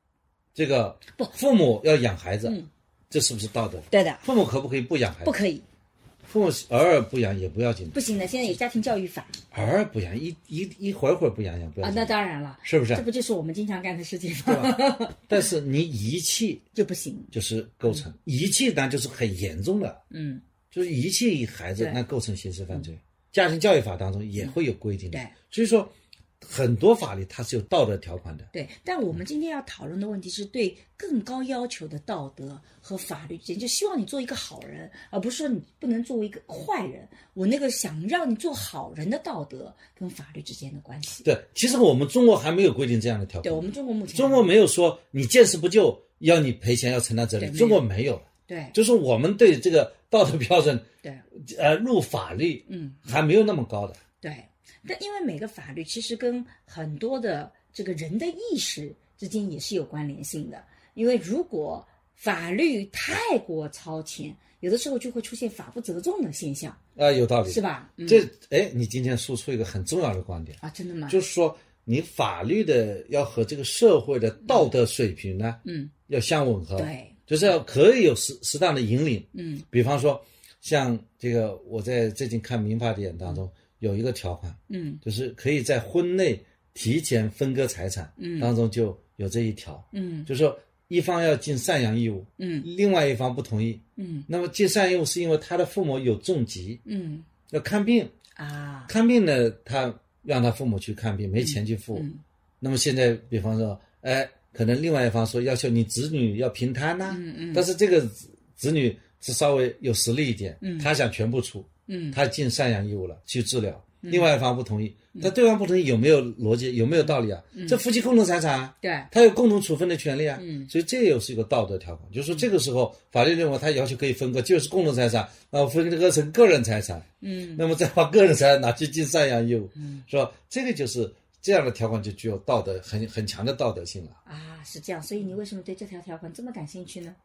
这个不父母要养孩子， 嗯， 这是不是道德？ 对的， 父母可不可以不养孩子？ 不可以， 父母偶尔不养也不要紧， 不行的。现在有家庭教育法偶尔不养，一一一会儿会儿不养养不要啊， 紧， 那当然了， 是不是？ 这不就是我们经常干的事情吗？ 对吧？但是你遗弃就不行， 就是构成、嗯、遗弃，那就是很严重的， 嗯， 就是遗弃孩子，那构成刑事犯罪。家庭教育法当中也会有规定的， 对， 所以说很多法律它是有道德条款的。 对，但我们今天要讨论的问题是对更高要求的道德和法律之间，就希望你做一个好人，而不是说你不能作为一个坏人。我那个想让你做好人的道德跟法律之间的关系。 对，其实我们中国还没有规定这样的条款。 对，我们中国目前中国没有说你见识不救要你赔钱要承担责任，中国没有。 对， 就是我们对这个道德标准， 对， 呃，入法律， 嗯， 还没有那么高的。 对，但因为每个法律其实跟很多的这个人的意识之间也是有关联性的。因为如果法律太过超前，有的时候就会出现法不责众的现象。 啊、呃，有道理， 是吧？ 嗯、这，哎，你今天输出一个很重要的观点啊，真的吗？ 就是说，你法律的要和这个社会的道德水平呢， 嗯， 要相吻合。 对。 就是要可以有适适当的引领， 嗯， 比方说像这个我在最近看民法典当中有一个条款， 嗯， 就是可以在婚内提前分割财产，嗯，当中就有这一条， 嗯， 就是说一方要尽赡养义务， 嗯， 另外一方不同意， 嗯， 那么尽赡养义务是因为他的父母有重疾， 嗯， 要看病啊， 看病呢他让他父母去看病，没钱去付， 嗯， 那么现在比方说，哎。可能另外一方说要求你子女要平摊呐、啊， 嗯嗯， 但是这个子女是稍微有实力一点， 嗯， 他想全部出， 嗯， 他尽赡养义务了去治疗，嗯、另外一方不同意，他、嗯、对方不同意有没有逻辑有没有道理啊？嗯、这夫妻共同财产啊， 对， 他有共同处分的权利啊， 嗯， 所以这又是一个道德条款，就是说这个时候法律认为他要求可以分割，就是共同财产，那分割成个人财产， 嗯， 那么再把个人财产拿去尽赡养义务， 嗯，是吧？这个就是。这样的条款就具有道德很很强的道德性了啊，是这样，所以你为什么对这条条款这么感兴趣呢？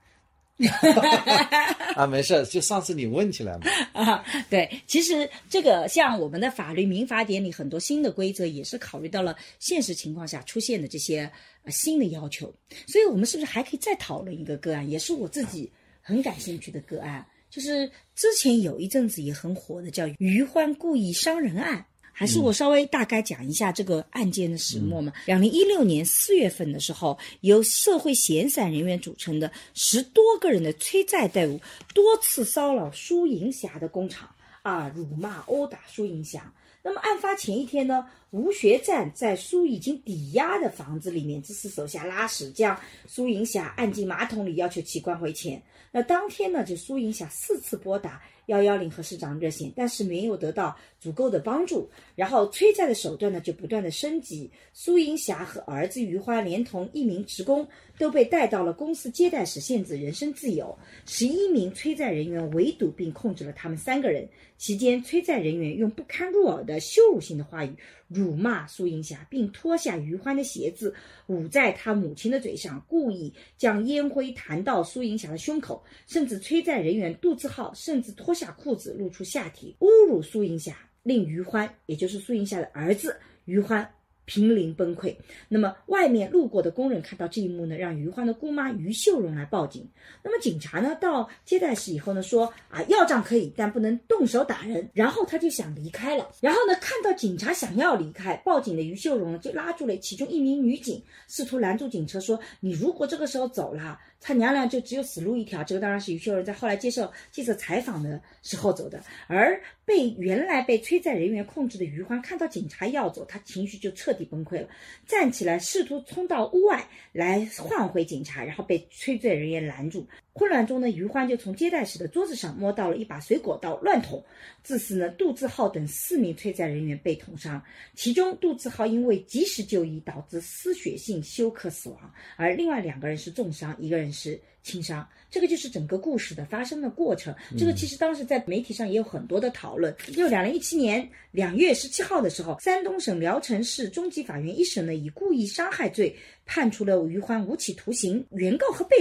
啊，没事，就上次你问起来嘛。 啊，对，其实这个像我们的法律民法典里很多新的规则，也是考虑到了现实情况下出现的这些、呃、新的要求，所以我们是不是还可以再讨论一个个案，也是我自己很感兴趣的个案，就是之前有一阵子也很火的叫余欢故意伤人案。还是我稍微大概讲一下这个案件的始末嘛。二零一六年四月份的时候，由社会闲散人员组成的十多个人的催债队伍，多次骚扰苏银霞的工厂啊，辱骂、殴打苏银霞。那么案发前一天呢，吴学赞在苏已经抵押的房子里面，指使手下拉屎，将苏银霞按进马桶里，要求其关回钱。那当天呢，就苏银霞四次拨打一一零和市长热线，但是没有得到足够的帮助。然后催债的手段呢就不断的升级，苏银霞和儿子余欢连同一名职工都被带到了公司接待室，限制人身自由。十一名催债人员围堵并控制了他们三个人。期间，催债人员用不堪入耳的羞辱性的话语辱骂苏银霞，并脱下余欢的鞋子捂在他母亲的嘴上，故意将烟灰弹到苏银霞的胸口，甚至催债人员杜志浩甚至脱下裤子露出下体，侮辱苏银霞，令余欢也就是苏银霞的儿子余欢濒临崩溃。那么外面路过的工人看到这一幕呢，让余欢的姑妈于秀荣来报警。那么警察呢到接待室以后呢说啊，要账可以，但不能动手打人。然后他就想离开了，然后呢看到警察想要离开，报警的于秀荣就拉住了其中一名女警，试图拦住警车说，你如果这个时候走了，他娘俩就只有死路一条。这个当然是于秀荣在后来接受记者采访的时候走的。而被原来被催债人员控制的余欢看到警察要走，他情绪就彻底崩溃了，站起来试图冲到屋外来换回警察，然后被催债人员拦住。混乱中呢，余欢就从接待室的桌子上摸到了一把水果刀，乱捅。自此呢，杜志浩等四名催债人员被捅伤，其中杜志浩因为及时就医导致失血性休克死亡，而另外两个人是重伤，一个人是轻伤。这个就是整个故事的发生的过程。这个其实当时在媒体上也有很多的讨论。就二零一七年两月十七号的时候，山东省聊城市中级法院一审呢以故意伤害罪判处了余欢无期徒刑，原告和被告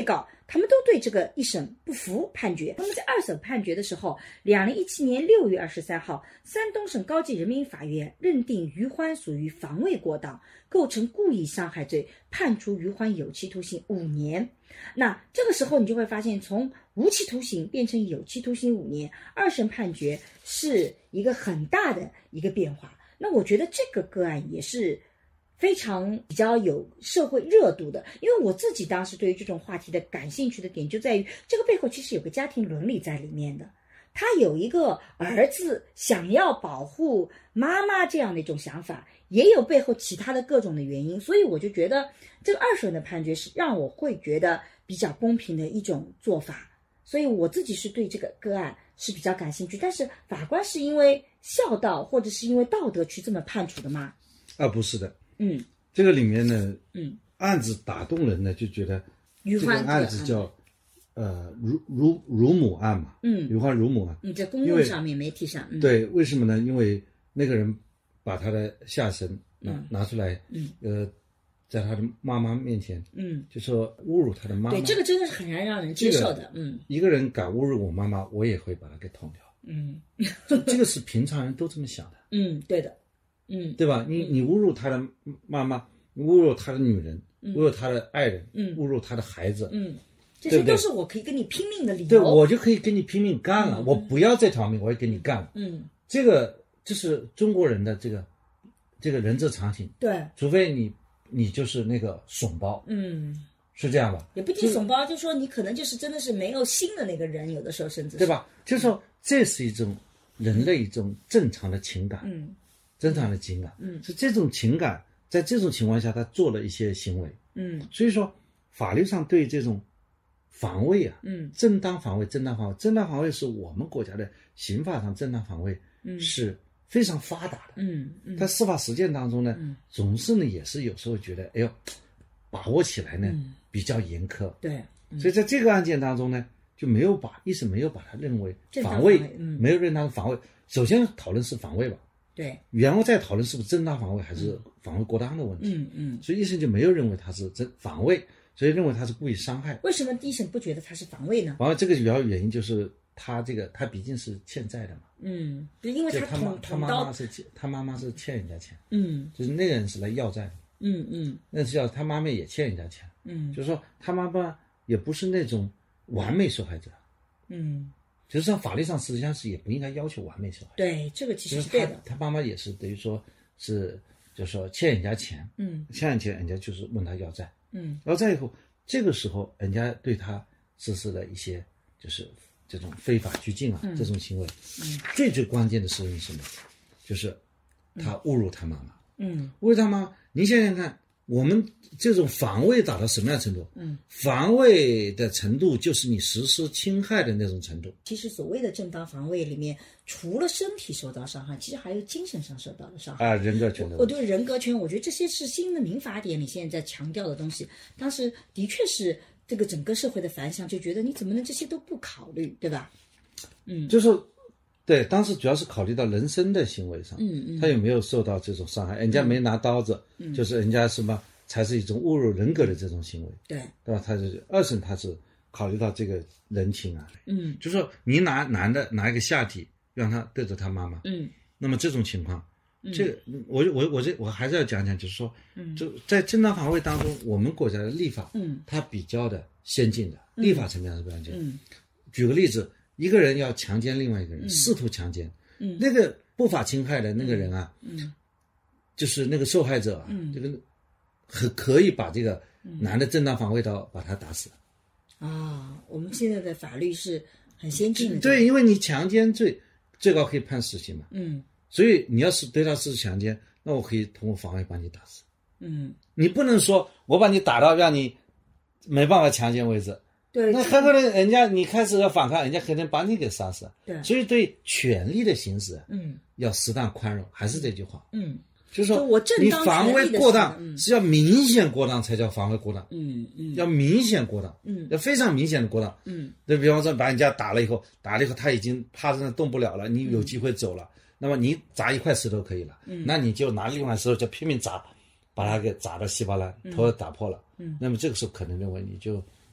他们都对这个一审不服判决。那么在二审判决的时候，二零一七年六月二十三号，山东省高级人民法院认定于欢属于防卫过当，构成故意伤害罪，判处于欢有期徒刑五年。那这个时候你就会发现，从无期徒刑变成有期徒刑五年，二审判决是一个很大的一个变化。那我觉得这个个案也是非常比较有社会热度的，因为我自己当时对于这种话题的感兴趣的点就在于，这个背后其实有个家庭伦理在里面的。他有一个儿子想要保护妈妈这样的一种想法，也有背后其他的各种的原因，所以我就觉得这个二审的判决是让我会觉得比较公平的一种做法，所以我自己是对这个个案是比较感兴趣。但是法官是因为孝道或者是因为道德去这么判处的吗？ 啊，不是的。 嗯， 这个里面呢， 嗯， 案子打动人呢，就觉得于这个案子叫呃乳乳乳母案嘛， 嗯， 于欢乳母案。 你在公众上面、媒体上，嗯、 对，为什么呢？因为那个人把他的下身拿、 嗯、 拿出来， 嗯， 呃，在他的妈妈面前， 嗯， 就说侮辱他的妈妈。 对，这个真的是很难让人接受的，嗯， 一个人敢侮辱我妈妈，我也会把他给捅掉。 嗯， 这个是平常人都这么想的。 嗯，对的。嗯， 对吧？你你侮辱他的妈妈，侮辱他的女人， 嗯、 侮辱他的爱人， 嗯， 侮辱他的孩子， 嗯，这些都是我可以跟你拼命的理由。 对，我就可以跟你拼命干了， 嗯、 我不要这条命，我也跟你干了。 嗯， 这个就是中国人的这个这个人之常情。 对， 除非你你就是那个怂包， 嗯， 是这样吧？ 也不一定怂包，就说你可能就是真的是没有心的那个人，有的时候甚至对吧？就是说这是一种人类一种正常的情感。 嗯。 正常的情感， 嗯， 是这种情感，在这种情况下，他做了一些行为， 嗯， 所以说法律上对这种防卫啊， 嗯， 正当防卫，正当防卫，正当防卫是我们国家的刑法上正当防卫， 嗯， 是非常发达的， 嗯嗯， 在司法实践当中呢， 嗯， 总是呢也是有时候觉得，哎呦，把握起来呢、 嗯、 比较严苛， 对、嗯， 所以在这个案件当中呢，就没有把一直没有把它认为防卫， 嗯、 没有认它防卫。首先讨论是防卫吧。 对， 然后再讨论是不是正当防卫还是防卫过当的问题。 嗯嗯， 所以一审就没有认为他是真防卫，所以认为他是故意伤害。 为什么一审不觉得他是防卫呢？ 防卫这个主要原因就是他这个他毕竟是欠债的嘛。 嗯，因为他他妈他妈妈是他妈妈是欠人家钱。 嗯， 就是那个人是来要债的。 嗯嗯， 那是要他妈妈也欠人家钱。 嗯， 就是说他妈妈也不是那种完美受害者。 嗯。 其实上法律上实际上是也不应该要求完美受害。 对，这个其实是对的。 就是、他, 他妈妈也是等于说是，就是说欠人家钱， 嗯， 欠人钱，人家就是问他要债， 嗯， 要债以后，这个时候人家对他实施了一些就是这种非法拘禁啊、 嗯、 这种行为， 嗯， 最最关键的是什么？就是他侮辱他妈妈， 嗯， 侮辱他妈妈。您想想看。我们这种防卫达到什么样程度？ 嗯， 防卫的程度就是你实施侵害的那种程度。 其实所谓的正当防卫里面，除了身体受到伤害，其实还有精神上受到的伤害啊，人格权的。 我对人格权，我觉得这些是新的民法典里现在在强调的东西。当时的确是这个整个社会的反响，就觉得你怎么能这些都不考虑，对吧？嗯， 就是。对，当时主要是考虑到人身的行为上， 嗯嗯， 他有没有受到这种伤害？人家没拿刀子， 嗯， 就是人家什么才是一种侮辱人格的这种行为， 对， 对吧？他是二审，他是考虑到这个人情啊， 嗯， 就是说你拿男的拿一个下体让他对着他妈妈， 嗯， 那么这种情况， 嗯、 这个我我我这我还是要讲讲，就是说， 嗯， 就在正当防卫当中，我们国家的立法， 嗯， 它比较的先进的，立法层面上是比较先进。 嗯， 举个例子，一个人要强奸另外一个人， 嗯、 试图强奸。 嗯， 那个不法侵害的那个人啊， 嗯， 就是那个受害者啊， 嗯， 这个很可以把这个男的正当防卫到把他打死。 啊、哦，我们现在的法律是很先进的。 对，因为你强奸罪最高可以判死刑嘛。 嗯， 所以你要是对他实施强奸，那我可以通过防卫把你打死。 嗯， 你不能说我把你打到让你没办法强奸为止。 对， 那很可能人家你开始要反抗，人家可能把你给杀死。 对， 所以对权利的行使， 嗯， 要适当宽容，还是这句话， 嗯， 就是说我正当你防卫过当、 嗯、 是要明显过当才叫防卫过当， 嗯嗯， 要明显过当， 嗯， 要非常明显的过当， 嗯， 就比方说把人家打了以后，打了以后他已经趴在那动不了了，你有机会走了，嗯、那么你砸一块石头可以了， 嗯， 那你就拿另外石头就拼命砸，把它给砸得稀巴烂，头打破了， 嗯， 那么这个时候可能认为你就。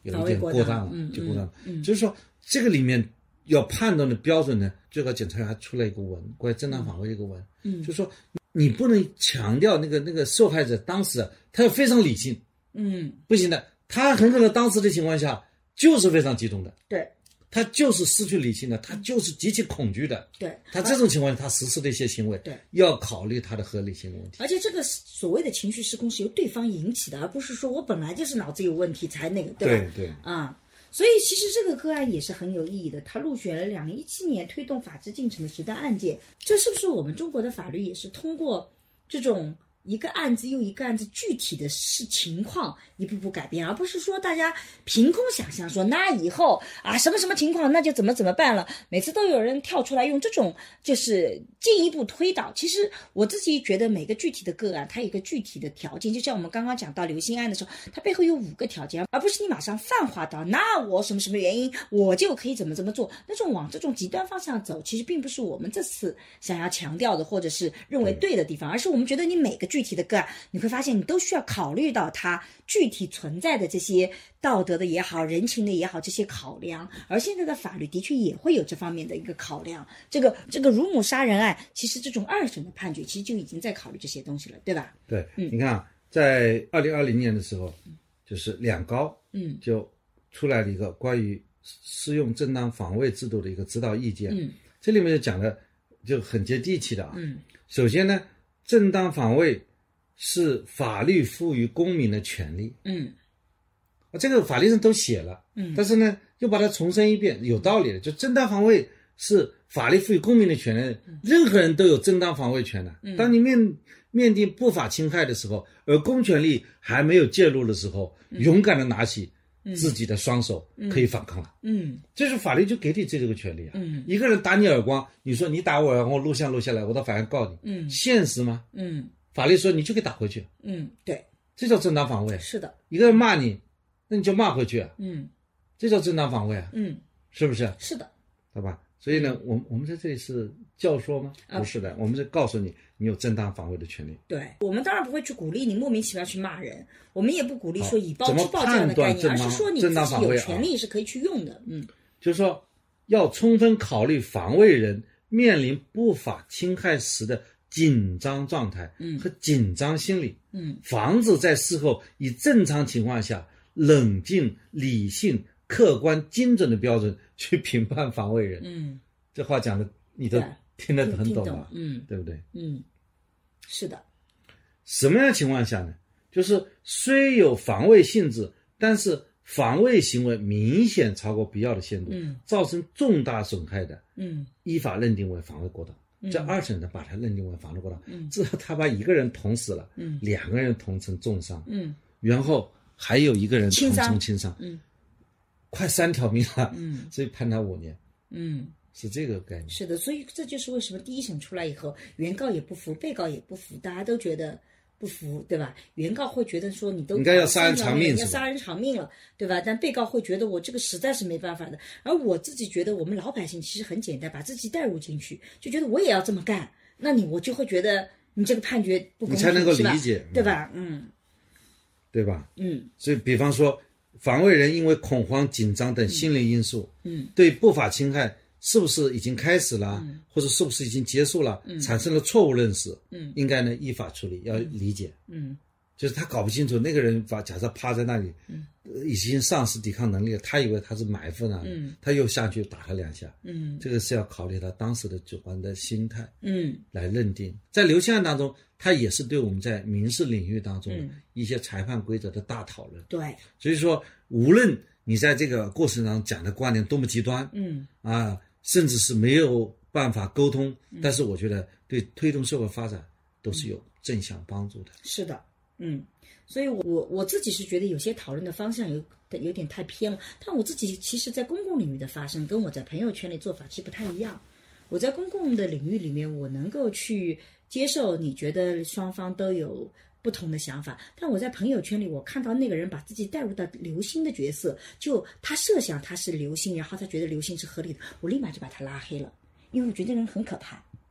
有一点过当了， 嗯、 就过当了、 嗯嗯。 就是说这个里面要判断的标准呢，最高检察院还出了一个文，关于正当防卫一个文， 嗯， 就是说你不能强调那个那个受害者当时他要非常理性， 嗯， 不行的，他很可能当时的情况下就是非常激动的， 对。 他就是失去理性的，他就是极其恐惧的。 对， 他这种情况下，他实施的一些行为， 对，要考虑他的合理性的问题。 而且这个所谓的情绪失控是由对方引起的，而不是说我本来就是脑子有问题才那个，对吧？ 对对啊、嗯，所以其实这个个案也是很有意义的。他入选了两零一七年推动法治进程的十大案件，这是不是我们中国的法律也是通过这种一个案子又一个案子具体的事情况一步步改变，而不是说大家凭空想象说那以后啊什么什么情况那就怎么怎么办了，每次都有人跳出来用这种就是进一步推导。其实我自己觉得每个具体的个案它有一个具体的条件，就像我们刚刚讲到刘星案的时候，它背后有五个条件，而不是你马上泛化到那我什么什么原因我就可以怎么怎么做，那种往这种极端方向走其实并不是我们这次想要强调的或者是认为对的地方，而是我们觉得你每个具体的个案你会发现你都需要考虑到它具体存在的这些道德的也好人情的也好这些考量，而现在的法律的确也会有这方面的一个考量。这个这个乳母杀人案其实这种二审的判决其实就已经在考虑这些东西了，对吧？ 对、 嗯、 你看啊，在二零二零年的时候就是两高嗯就出来了一个关于适用正当防卫制度的一个指导意见， 嗯， 这里面就讲的就很接地气的啊。 嗯， 首先呢，正当防卫是法律赋予公民的权利， 嗯， 这个法律上都写了， 嗯， 但是呢又把它重申一遍，有道理的，就正当防卫是法律赋予公民的权利，任何人都有正当防卫权的。 嗯， 当你面面临不法侵害的时候，而公权力还没有介入的时候， 嗯、 勇敢的拿起自己的双手、嗯、可以反抗了。 嗯， 这是法律就给你这个权利啊。 嗯， 一个人打你耳光，你说你打我耳光，录像录下来，我到法院告你， 嗯， 现实吗？ 嗯， 法律说你就可以打回去。 嗯，对， 这叫正当防卫。 是的， 一个人骂你，那你就骂回去啊。 嗯， 这叫正当防卫啊。 嗯， 是不是？ 是的， 对吧？所以呢，我们我们在这里是教唆吗？不是的，我们是告诉你，你有正当防卫的权利。 对，我们当然不会去鼓励你莫名其妙去骂人，我们也不鼓励说以暴制暴这样的概念，而是说你自己有权利是可以去用的。嗯， 就是说要充分考虑防卫人面临不法侵害时的紧张状态和紧张心理， 嗯， 防止在事后以正常情况下冷静、理性、客观、精准的标准去评判防卫人。 嗯， 这话讲的你都听得很懂吧？ 嗯， 对不对？ 嗯，是的。 什么样的情况下呢？就是虽有防卫性质，但是防卫行为明显超过必要的限度， 嗯， 造成重大损害的， 嗯， 依法认定为防卫过当。这二审呢，把它认定为防卫过当， 嗯， 至少他把一个人捅死了， 嗯， 两个人捅成重伤， 嗯， 然后还有一个人捅成轻伤， 嗯， 快三条命了， 嗯， 所以判他五年， 嗯， 是这个概念。 是的，所以这就是为什么第一审出来以后，原告也不服，被告也不服，大家都觉得不服，对吧？原告会觉得说你都应该要杀人偿命， 要杀人偿命了，对吧？但被告会觉得我这个实在是没办法的。而我自己觉得，我们老百姓其实很简单，把自己带入进去，就觉得我也要这么干，那你我就会觉得你这个判决不公平， 你才能够理解， 对吧？嗯， 对吧？ 嗯， 所以比方说，防卫人因为恐慌、紧张等心理因素， 嗯， 对不法侵害是不是已经开始了， 嗯， 或者是不是已经结束了， 嗯， 产生了错误认识， 嗯， 应该呢依法处理，要理解， 嗯， 就是他搞不清楚那个人把假设趴在那里， 嗯， 已经丧失抵抗能力了，他以为他是埋伏呢， 嗯， 他又下去打他两下， 嗯， 这个是要考虑他当时的主观的心态， 嗯， 来认定。在刘星案当中，他也是对我们在民事领域当中一些裁判规则的大讨论， 对， 所以说无论你在这个过程当中讲的观点多么极端， 嗯啊，甚至是没有办法沟通，但是我觉得对推动社会发展都是有正向帮助的。 是的，嗯，所以我我我自己是觉得有些讨论的方向有有点太偏了，但我自己其实在公共领域的发生跟我在朋友圈里做法其实不太一样。我在公共的领域里面，我能够去接受你觉得双方都有不同的想法，但我在朋友圈里，我看到那个人把自己带入到刘星的角色，就他设想他是刘星，然后他觉得刘星是合理的，我立马就把他拉黑了，因为我觉得这人很可怕。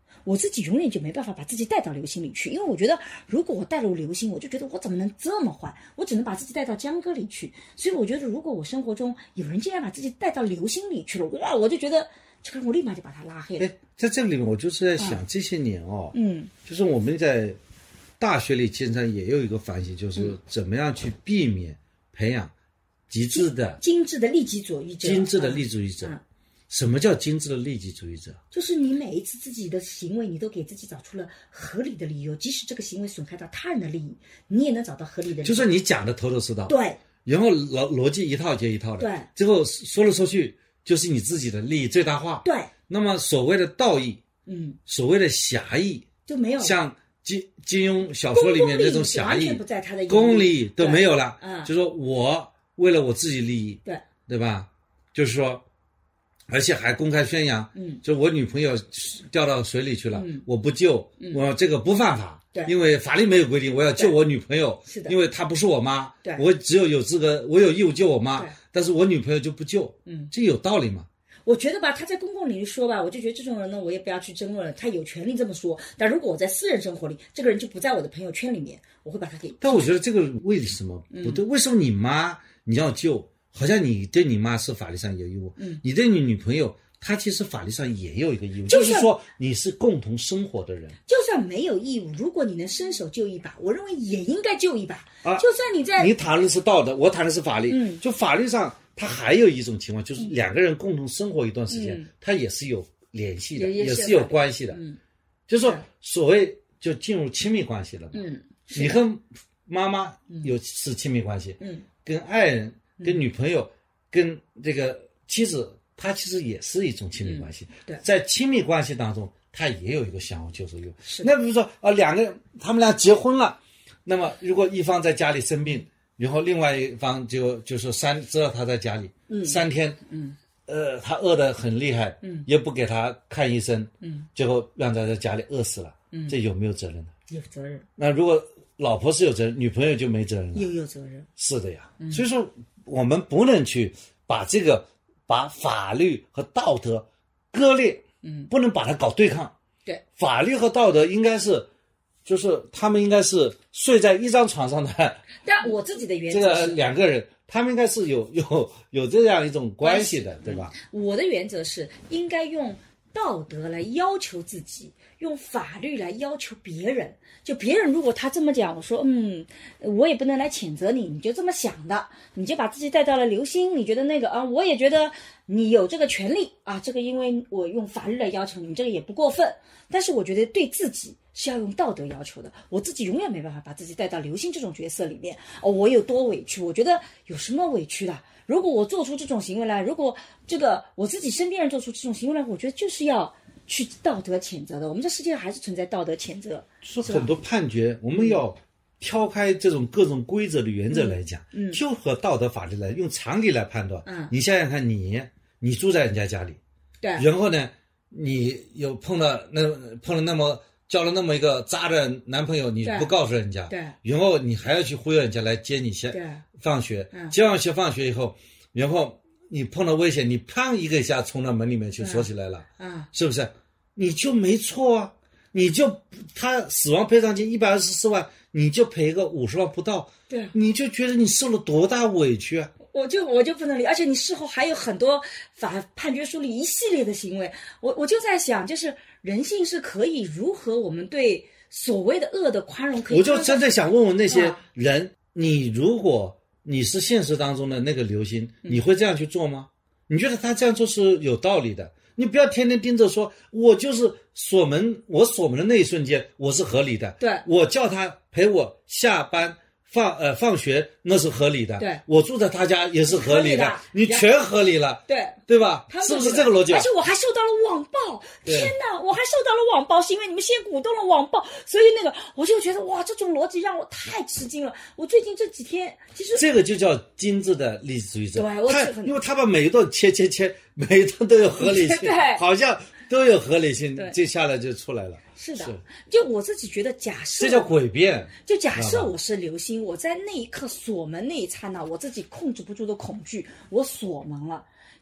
我自己永远就没办法把自己带到流星里去，因为我觉得如果我带入流星，我就觉得我怎么能这么坏，我只能把自己带到江歌里去。所以我觉得如果我生活中有人竟然把自己带到流星里去了，哇，我就觉得这个人我立马就把他拉黑了。 哎，在这里面我就是在想、嗯、这些年哦， 嗯， 就是我们在大学里经常也有一个反省，就是怎么样去避免培养极致的精致的利己主义者， 精致的利己主义者、嗯嗯。什么叫精致的利己主义者？ 就是你每一次自己的行为，你都给自己找出了合理的理由，即使这个行为损害到他人的利益，你也能找到合理的理由。 就是你讲的头头是道， 对， 然后逻逻辑一套接一套的， 对， 最后说来说去就是你自己的利益最大化， 对。 那么所谓的道义， 嗯， 所谓的侠义就没有， 像金金庸小说里面那种侠义， 不在他的公利都没有了， 嗯， 就说我为了我自己利益， 对， 对吧？就是说。而且还公开宣扬， 嗯， 就我女朋友掉到水里去了， 嗯、 我不救、嗯，我这个不犯法， 对， 因为法律没有规定我要救我女朋友， 是的， 因为她不是我妈， 对， 我只有有资格，我有义务救我妈，但是我女朋友就不救， 嗯， 这有道理吗？ 我觉得吧，他在公共领域说吧，我就觉得这种人呢，我也不要去争论了，他有权利这么说。但如果我在私人生活里，这个人就不在我的朋友圈里面，我会把他给。 但我觉得这个为什么不对？嗯、为什么你妈你要救？好像你对你妈是法律上有义务， 嗯， 你对你女朋友。他其实法律上也有一个义务，就是说你是共同生活的人。 就算没有义务，如果你能伸手救一把，我认为也应该救一把。 啊， 就算你在你谈的是道德，我谈的是法律。 嗯， 就法律上，它还有一种情况，就是两个人共同生活一段时间， 嗯、 它也是有联系的， 也, 也是有关系的。 嗯， 就是说所谓就进入亲密关系了嘛。 嗯， 你和妈妈有是亲密关系， 嗯， 跟爱人、跟女朋友、跟这个妻子。它其实也是一种亲密关系， 嗯、对， 在亲密关系当中，它也有一个相互救赎义务。那比如说啊、呃，两个人他们俩结婚了，那么如果一方在家里生病，然后另外一方就就是三知道他在家里， 嗯， 三天， 嗯， 呃，他饿得很厉害， 嗯， 也不给他看医生， 嗯， 结果让他在家里饿死了， 嗯， 这有没有责任呢？ 有责任。 那如果老婆是有责任，女朋友就没责任了？ 也有责任。 是的呀， 嗯、 所以说我们不能去把这个。把法律和道德割裂， 嗯， 不能把它搞对抗。 对， 法律和道德应该是，就是他们应该是睡在一张床上的。 但我自己的原则这个两个人，他们应该是有有有这样一种关系的，对吧？ 我的原则是应该用道德来要求自己，用法律来要求别人。就别人如果他这么讲，我说嗯，我也不能来谴责你，你就这么想的，你就把自己带到了流星，你觉得那个啊，我也觉得你有这个权利啊，这个因为我用法律来要求你，这个也不过分。但是我觉得对自己是要用道德要求的，我自己永远没办法把自己带到流星这种角色里面。哦，我有多委屈？我觉得有什么委屈的？如果我做出这种行为来，如果这个我自己身边人做出这种行为来，我觉得就是要去道德谴责的。我们这世界还是存在道德谴责， 说很多判决，我们要挑开这种各种规则的原则来讲， 嗯， 就和道德法律来用常理来判断。 嗯， 你想想看你，你你住在人家家里， 对， 然后呢，你有碰到那碰了那么交了那么一个渣的男朋友，你不告诉人家， 对， 然后你还要去忽悠人家来接你下放学， 嗯， 接完学放学以后，然后你碰到危险，你砰一个一下冲到门里面去锁起来了， 嗯， 是不是？你就没错啊，你就他死亡赔偿金一百二十四万，你就赔个五十万不到， 对， 你就觉得你受了多大委屈啊？ 我就我就不能理，而且你事后还有很多法判决书里一系列的行为，我我就在想，就是人性是可以如何我们对所谓的恶的宽容可以， 我就真的想问问那些人，啊，你如果你是现实当中的那个流星， 嗯， 你会这样去做吗？你觉得他这样做是有道理的？你不要天天盯着说，我就是锁门，我锁门的那一瞬间我是合理的， 对，我叫他陪我下班放呃放学那是合理的， 对， 我住在他家也是合理的， 合理的你全合理了， 对对吧？是不是这个逻辑？ 而且我还受到了网暴，天哪，我还受到了网暴，是因为你们先鼓动了网暴，所以那个我就觉得哇，这种逻辑让我太吃惊了。我最近这几天其实这个就叫精致的利己主义者， 对，我他因为他把每一段切切切，每一段都有合理性， 对， 好像都有合理性，这下来就出来了。 是的，是就我自己觉得，假设这叫诡辩。 就假设我是流星，我在那一刻锁门那一刹那，我自己控制不住的恐惧，我锁门了。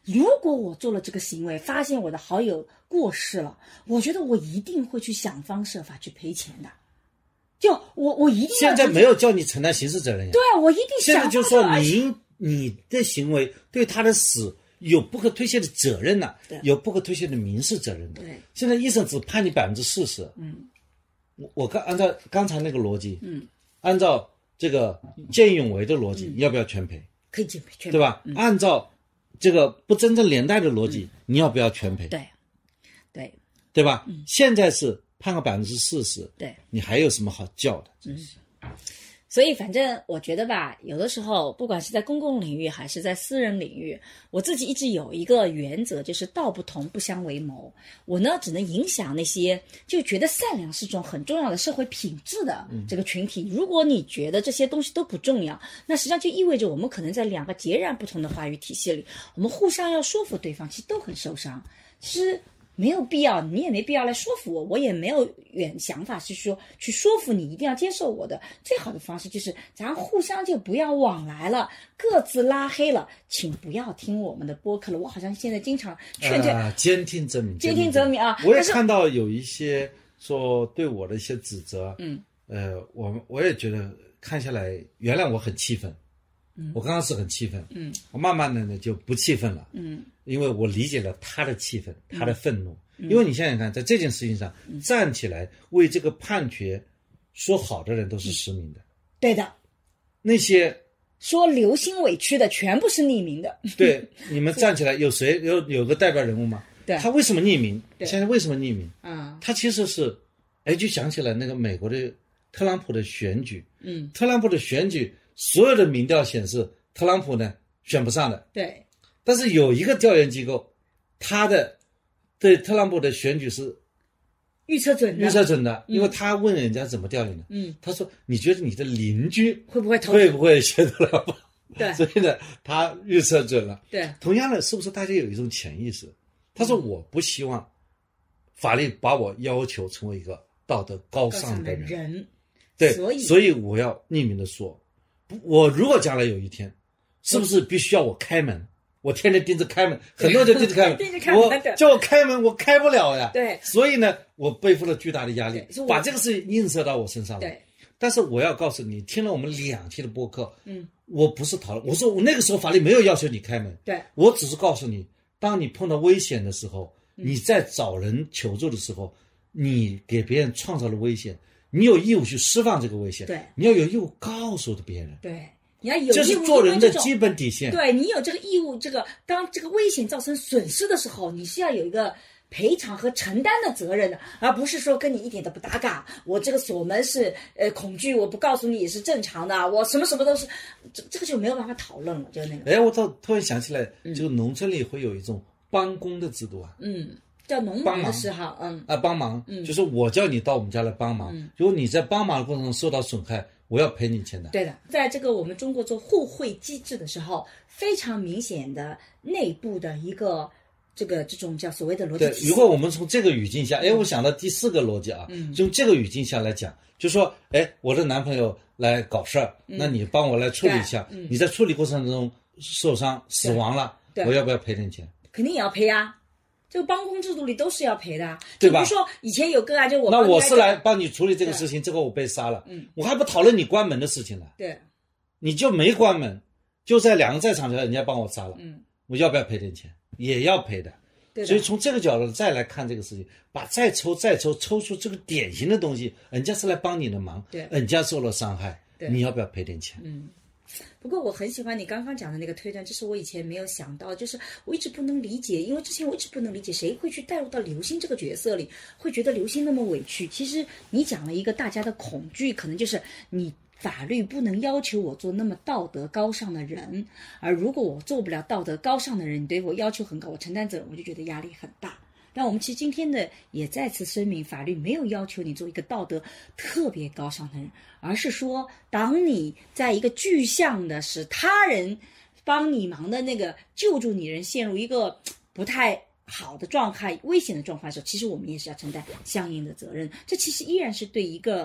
如果我做了这个行为，发现我的好友过世了，我觉得我一定会去想方设法去赔钱的。就我我一定要现在没有叫你承担刑事责任呀。 对啊，我一定想现在就说您你的行为对他的死有不可推卸的责任呐、啊，有不可推卸的民事责任的。 对， 现在医生只判你百分之四十。 嗯， 我我刚按照刚才那个逻辑， 嗯， 按照这个见义勇为的逻辑， 嗯、 你要不要全赔？ 可以全赔，全赔对吧？ 嗯、 按照这个不真正连带的逻辑，嗯、你要不要全赔？ 对，对， 对吧？ 嗯、 现在是判个百分之四十， 对， 你还有什么好叫的？ 嗯。所以反正我觉得吧，有的时候不管是在公共领域还是在私人领域，我自己一直有一个原则，就是道不同不相为谋。我呢只能影响那些就觉得善良是一种很重要的社会品质的这个群体。如果你觉得这些东西都不重要，那实际上就意味着我们可能在两个截然不同的话语体系里，我们互相要说服对方，其实都很受伤。其实没有必要，你也没必要来说服我，我也没有远想法是说去说服你一定要接受我的。最好的方式就是咱互相就不要往来了，各自拉黑了，请不要听我们的播客了。我好像现在经常劝劝、 呃、监听则明， 监听则明啊。 我也看到有一些说对我的一些指责， 嗯， 呃，我我也觉得看下来，原来我很气愤。嗯，我刚开始很气愤， 嗯， 我慢慢的呢就不气愤了， 嗯， 因为我理解了他的气愤，他的愤怒。嗯、因为你想想看，在这件事情上、嗯、站起来为这个判决说好的人都是实名的， 对的， 那些说刘星委屈的全部是匿名的。 对，你们站起来有谁有有个代表人物吗？ 对， 他为什么匿名？现在为什么匿名？ 嗯， 他其实是，哎，就想起来那个美国的特朗普的选举， 嗯， 特朗普的选举。所有的民调显示，特朗普呢选不上的。 对， 但是有一个调研机构，他的对特朗普的选举是预测准的， 预测准的， 嗯、 因为他问人家怎么调研的， 嗯， 他说你觉得你的邻居会不会投会不会选特朗普？ 对， 所以呢，他预测准了。 对， 同样的，是不是大家有一种潜意识？他说我不希望法律把我要求成为一个道德高尚的人， 人对， 所以所以我要匿名的说。我如果将来有一天，是不是必须要我开门？我天天盯着开门，很多人就盯着开门， 盯着开门我叫我开门，我开不了呀。 对， 所以呢，我背负了巨大的压力，把这个事情映射到我身上了。 对， 但是我要告诉你，听了我们两期的播客， 嗯， 我不是讨论，我说我那个时候法律没有要求你开门， 对， 我只是告诉你，当你碰到危险的时候， 嗯、 你在找人求助的时候，你给别人创造了危险，你有义务去释放这个危险， 对，你要有义务告诉别人， 对。你要有义务， 这是做人的基本底线。 对，你有这个义务，这个当这个危险造成损失的时候，你是要有一个赔偿和承担的责任的，而不是说跟你一点都不搭嘎。我这个锁门是呃恐惧，我不告诉你也是正常的，我什么什么都是，这这个就没有办法讨论了，就那个。 哎，我突突然想起来，嗯、这个农村里会有一种帮工的制度啊。 嗯。叫农忙的时候，嗯啊，帮忙， 嗯， 就是我叫你到我们家来帮忙， 嗯， 如果你在帮忙的过程中受到损害，我要赔你钱的。 对的，在这个我们中国做互惠机制的时候，非常明显的内部的一个这个这种叫所谓的逻辑体系。 对，如果我们从这个语境下，哎，我想到第四个逻辑啊， 嗯， 用这个语境下来讲，就说，哎，我的男朋友来搞事儿， 嗯， 那你帮我来处理一下， 嗯， 你在处理过程中受伤死亡了，我要不要赔点钱？ 肯定也要赔啊。这个帮工制度里都是要赔的， 对吧？ 比如说以前有个案，就我那我是来帮你处理这个事情，这个我被杀了， 嗯， 我还不讨论你关门的事情呢， 对， 你就没关门，就在两个在场的人家帮我杀了， 嗯， 我要不要赔点钱？也要赔的， 对的。 所以从这个角度再来看这个事情，把再抽再抽抽出这个典型的东西，人家是来帮你的忙， 对， 人家受了伤害， 对， 你要不要赔点钱？ 嗯。不过我很喜欢你刚刚讲的那个推断，这是我以前没有想到，就是我一直不能理解，因为之前我一直不能理解谁会去带入到刘星这个角色里，会觉得刘星那么委屈。其实你讲了一个大家的恐惧，可能就是你法律不能要求我做那么道德高尚的人，而如果我做不了道德高尚的人，你对我要求很高，我承担责任，我就觉得压力很大。但我们其实今天的也再次声明，法律没有要求你做一个道德特别高尚的人，而是说当你在一个具象的使他人帮你忙的那个救助你人陷入一个不太好的状态、危险的状态的时候，其实我们也是要承担相应的责任。这其实依然是对一个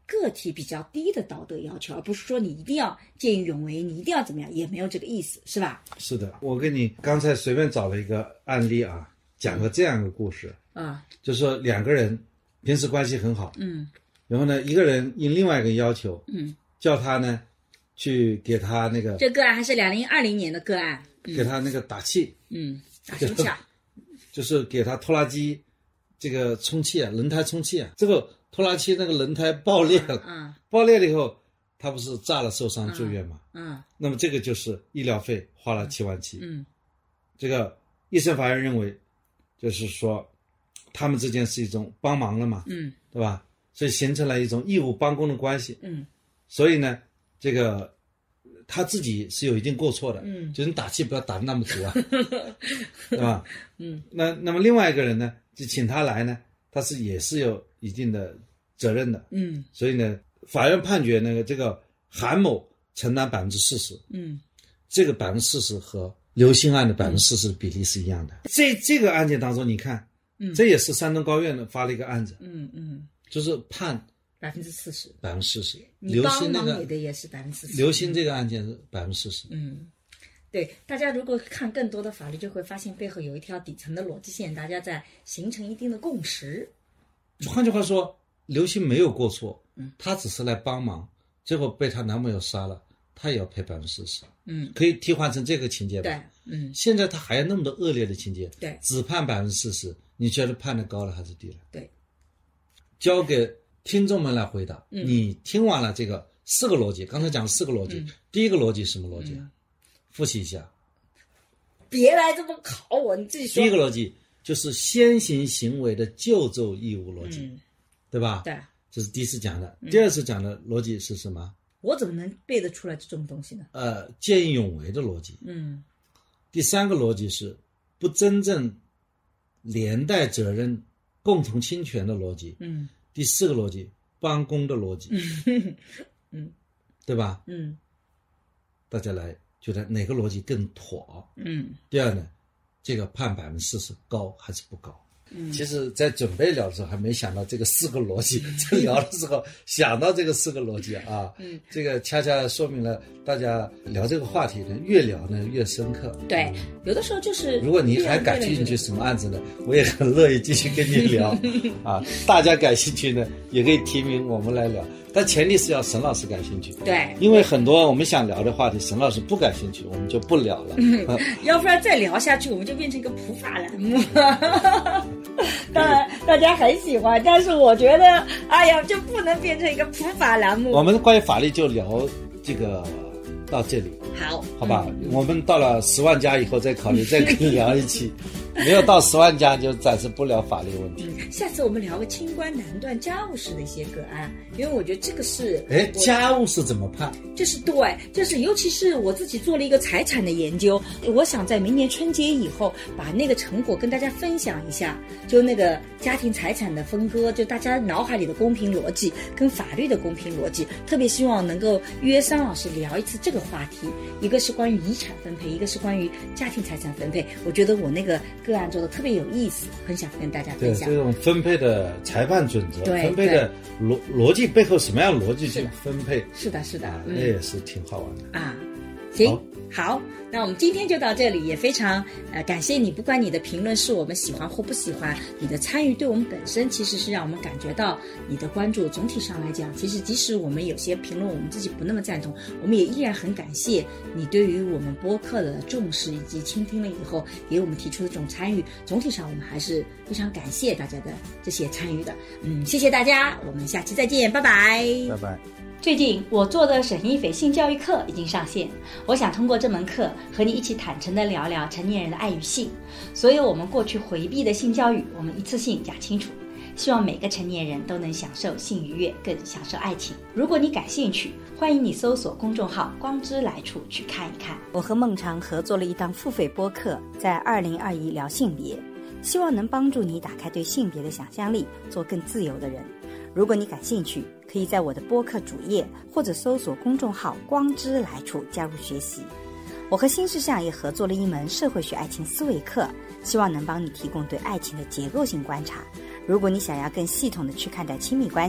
个体比较低的道德要求，而不是说你一定要见义勇为，你一定要怎么样，也没有这个意思，是吧？ 是的，我给你刚才随便找了一个案例啊，讲个这样一个故事啊， 就是说两个人平时关系很好， 嗯， 然后呢，一个人应另外一个要求， 嗯， 叫他呢去给他那个， 这个案还是两零二零年的个案，嗯、 给他那个打气， 嗯，打什么气啊？ 就是给他拖拉机这个充气啊，轮胎充气啊，这个拖拉机那个轮胎爆裂了， 嗯，嗯爆裂了以后，他不是炸了受伤住院吗？ 嗯，嗯那么这个就是医疗费花了七万七， 嗯， 这个一审法院认为，就是说他们之间是一种帮忙了嘛， 嗯， 对吧？所以形成了一种义务帮工的关系， 嗯， 所以呢，这个他自己是有一定过错的， 嗯， 就是你打气不要打得那么足啊，对吧？ 嗯， 那那么另外一个人呢，就请他来呢，他是也是有一定的责任的， 嗯， 所以呢，法院判决那个这个韩某承担百分之四十， 嗯， 这个百分之四十和刘鑫案的百分之四十比例是一样的。嗯、这这个案件当中，你看， 嗯， 这也是山东高院的发了一个案子， 嗯嗯， 就是判百分之四十， 百分之四十。 你刘鑫那个给的也是百分之四十， 刘鑫这个案件是百分之四十， 嗯。对，大家如果看更多的法律，就会发现背后有一条底层的逻辑线，大家在形成一定的共识。 换句话说，刘鑫没有过错， 嗯， 他只是来帮忙，结果被她男朋友杀了，她也要赔百分之四十， 嗯， 可以替换成这个情节吧？ 对，嗯， 现在他还有那么多恶劣的情节， 对， 只判百分之四十，你觉得判的高了还是低了？ 对， 交给听众们来回答。 嗯、 你听完了这个四个逻辑，刚才讲了四个逻辑， 嗯、 第一个逻辑什么逻辑啊？ 嗯复习一下， 别来这么考我，你自己说。 第一个逻辑就是先行行为的救助义务逻辑， 嗯、 对吧？ 对， 这是第一次讲的。 嗯、 第二次讲的逻辑是什么？ 我怎么能背得出来这种东西呢？ 呃，见义勇为的逻辑。 嗯。 第三个逻辑是不真正连带责任、共同侵权的逻辑。 嗯。 第四个逻辑，帮工的逻辑。 嗯，嗯对吧？ 嗯。 大家来觉得哪个逻辑更妥？ 嗯。 第二呢，这个判百分之四十高还是不高？ 嗯， 其实在准备聊的时候还没想到这个四个逻辑，在聊的时候想到这个四个逻辑啊， 嗯， 这个恰恰说明了大家聊这个话题呢，越聊呢越深刻。 对，有的时候就是， 如果你还感兴趣什么案子呢，我也很乐意继续跟你聊啊。大家感兴趣呢，也可以提名我们来聊，但前提是要沈老师感兴趣。 对， 因为很多我们想聊的话题，沈老师不感兴趣，我们就不聊了。 嗯啊、要不然再聊下去，我们就变成一个普法栏目。当然，大家很喜欢，但是我觉得，哎呀，就不能变成一个普法栏目。 我们关于法律就聊这个到这里， 好， 好吧？嗯、我们到了十万加以后再考虑，再跟你聊一期。没有到十万加就暂时不聊法律问题。 嗯，下次我们聊个清官难断家务事的一些个案，因为我觉得这个是， 哎，家务事怎么判？ 就是对，就是尤其是我自己做了一个财产的研究，我想在明年春节以后把那个成果跟大家分享一下，就那个家庭财产的分割，就大家脑海里的公平逻辑跟法律的公平逻辑，特别希望能够约桑老师聊一次这个话题，一个是关于遗产分配，一个是关于家庭财产分配，我觉得我那个个案做的特别有意思，很想跟大家分享。 对，这种分配的裁判准则， 对分配的逻逻辑背后什么样的逻辑去分配？ 是的，是的， 那、嗯、也是挺好玩的啊。行，好，好，那我们今天就到这里，也非常呃感谢你，不管你的评论是我们喜欢或不喜欢，你的参与对我们本身其实是让我们感觉到你的关注。总体上来讲，其实即使我们有些评论我们自己不那么赞同，我们也依然很感谢你对于我们播客的重视，以及倾听了以后给我们提出的这种参与。总体上我们还是非常感谢大家的这些参与的。嗯，谢谢大家，我们下期再见，拜拜， 拜拜。 最近我做的沈一斐性教育课已经上线，我想通过这门课和你一起坦诚地聊聊成年人的爱与性，所有我们过去回避的性教育，我们一次性讲清楚，希望每个成年人都能享受性愉悦，更享受爱情。如果你感兴趣，欢迎你搜索公众号光之来处去看一看。我和孟常合作了一档付费播客，在二零二一聊性别，希望能帮助你打开对性别的想象力，做更自由的人。如果你感兴趣，可以在我的播客主页或者搜索公众号光之来处加入学习。我和新事项也合作了一门社会学爱情思维课，希望能帮你提供对爱情的结构性观察。如果你想要更系统的去看待亲密关系，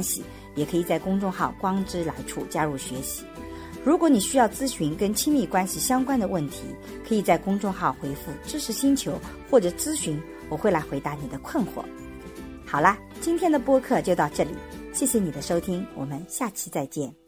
也可以在公众号光之来处加入学习。如果你需要咨询跟亲密关系相关的问题，可以在公众号回复知识星球或者咨询，我会来回答你的困惑。好啦，今天的播客就到这里，谢谢你的收听，我们下期再见。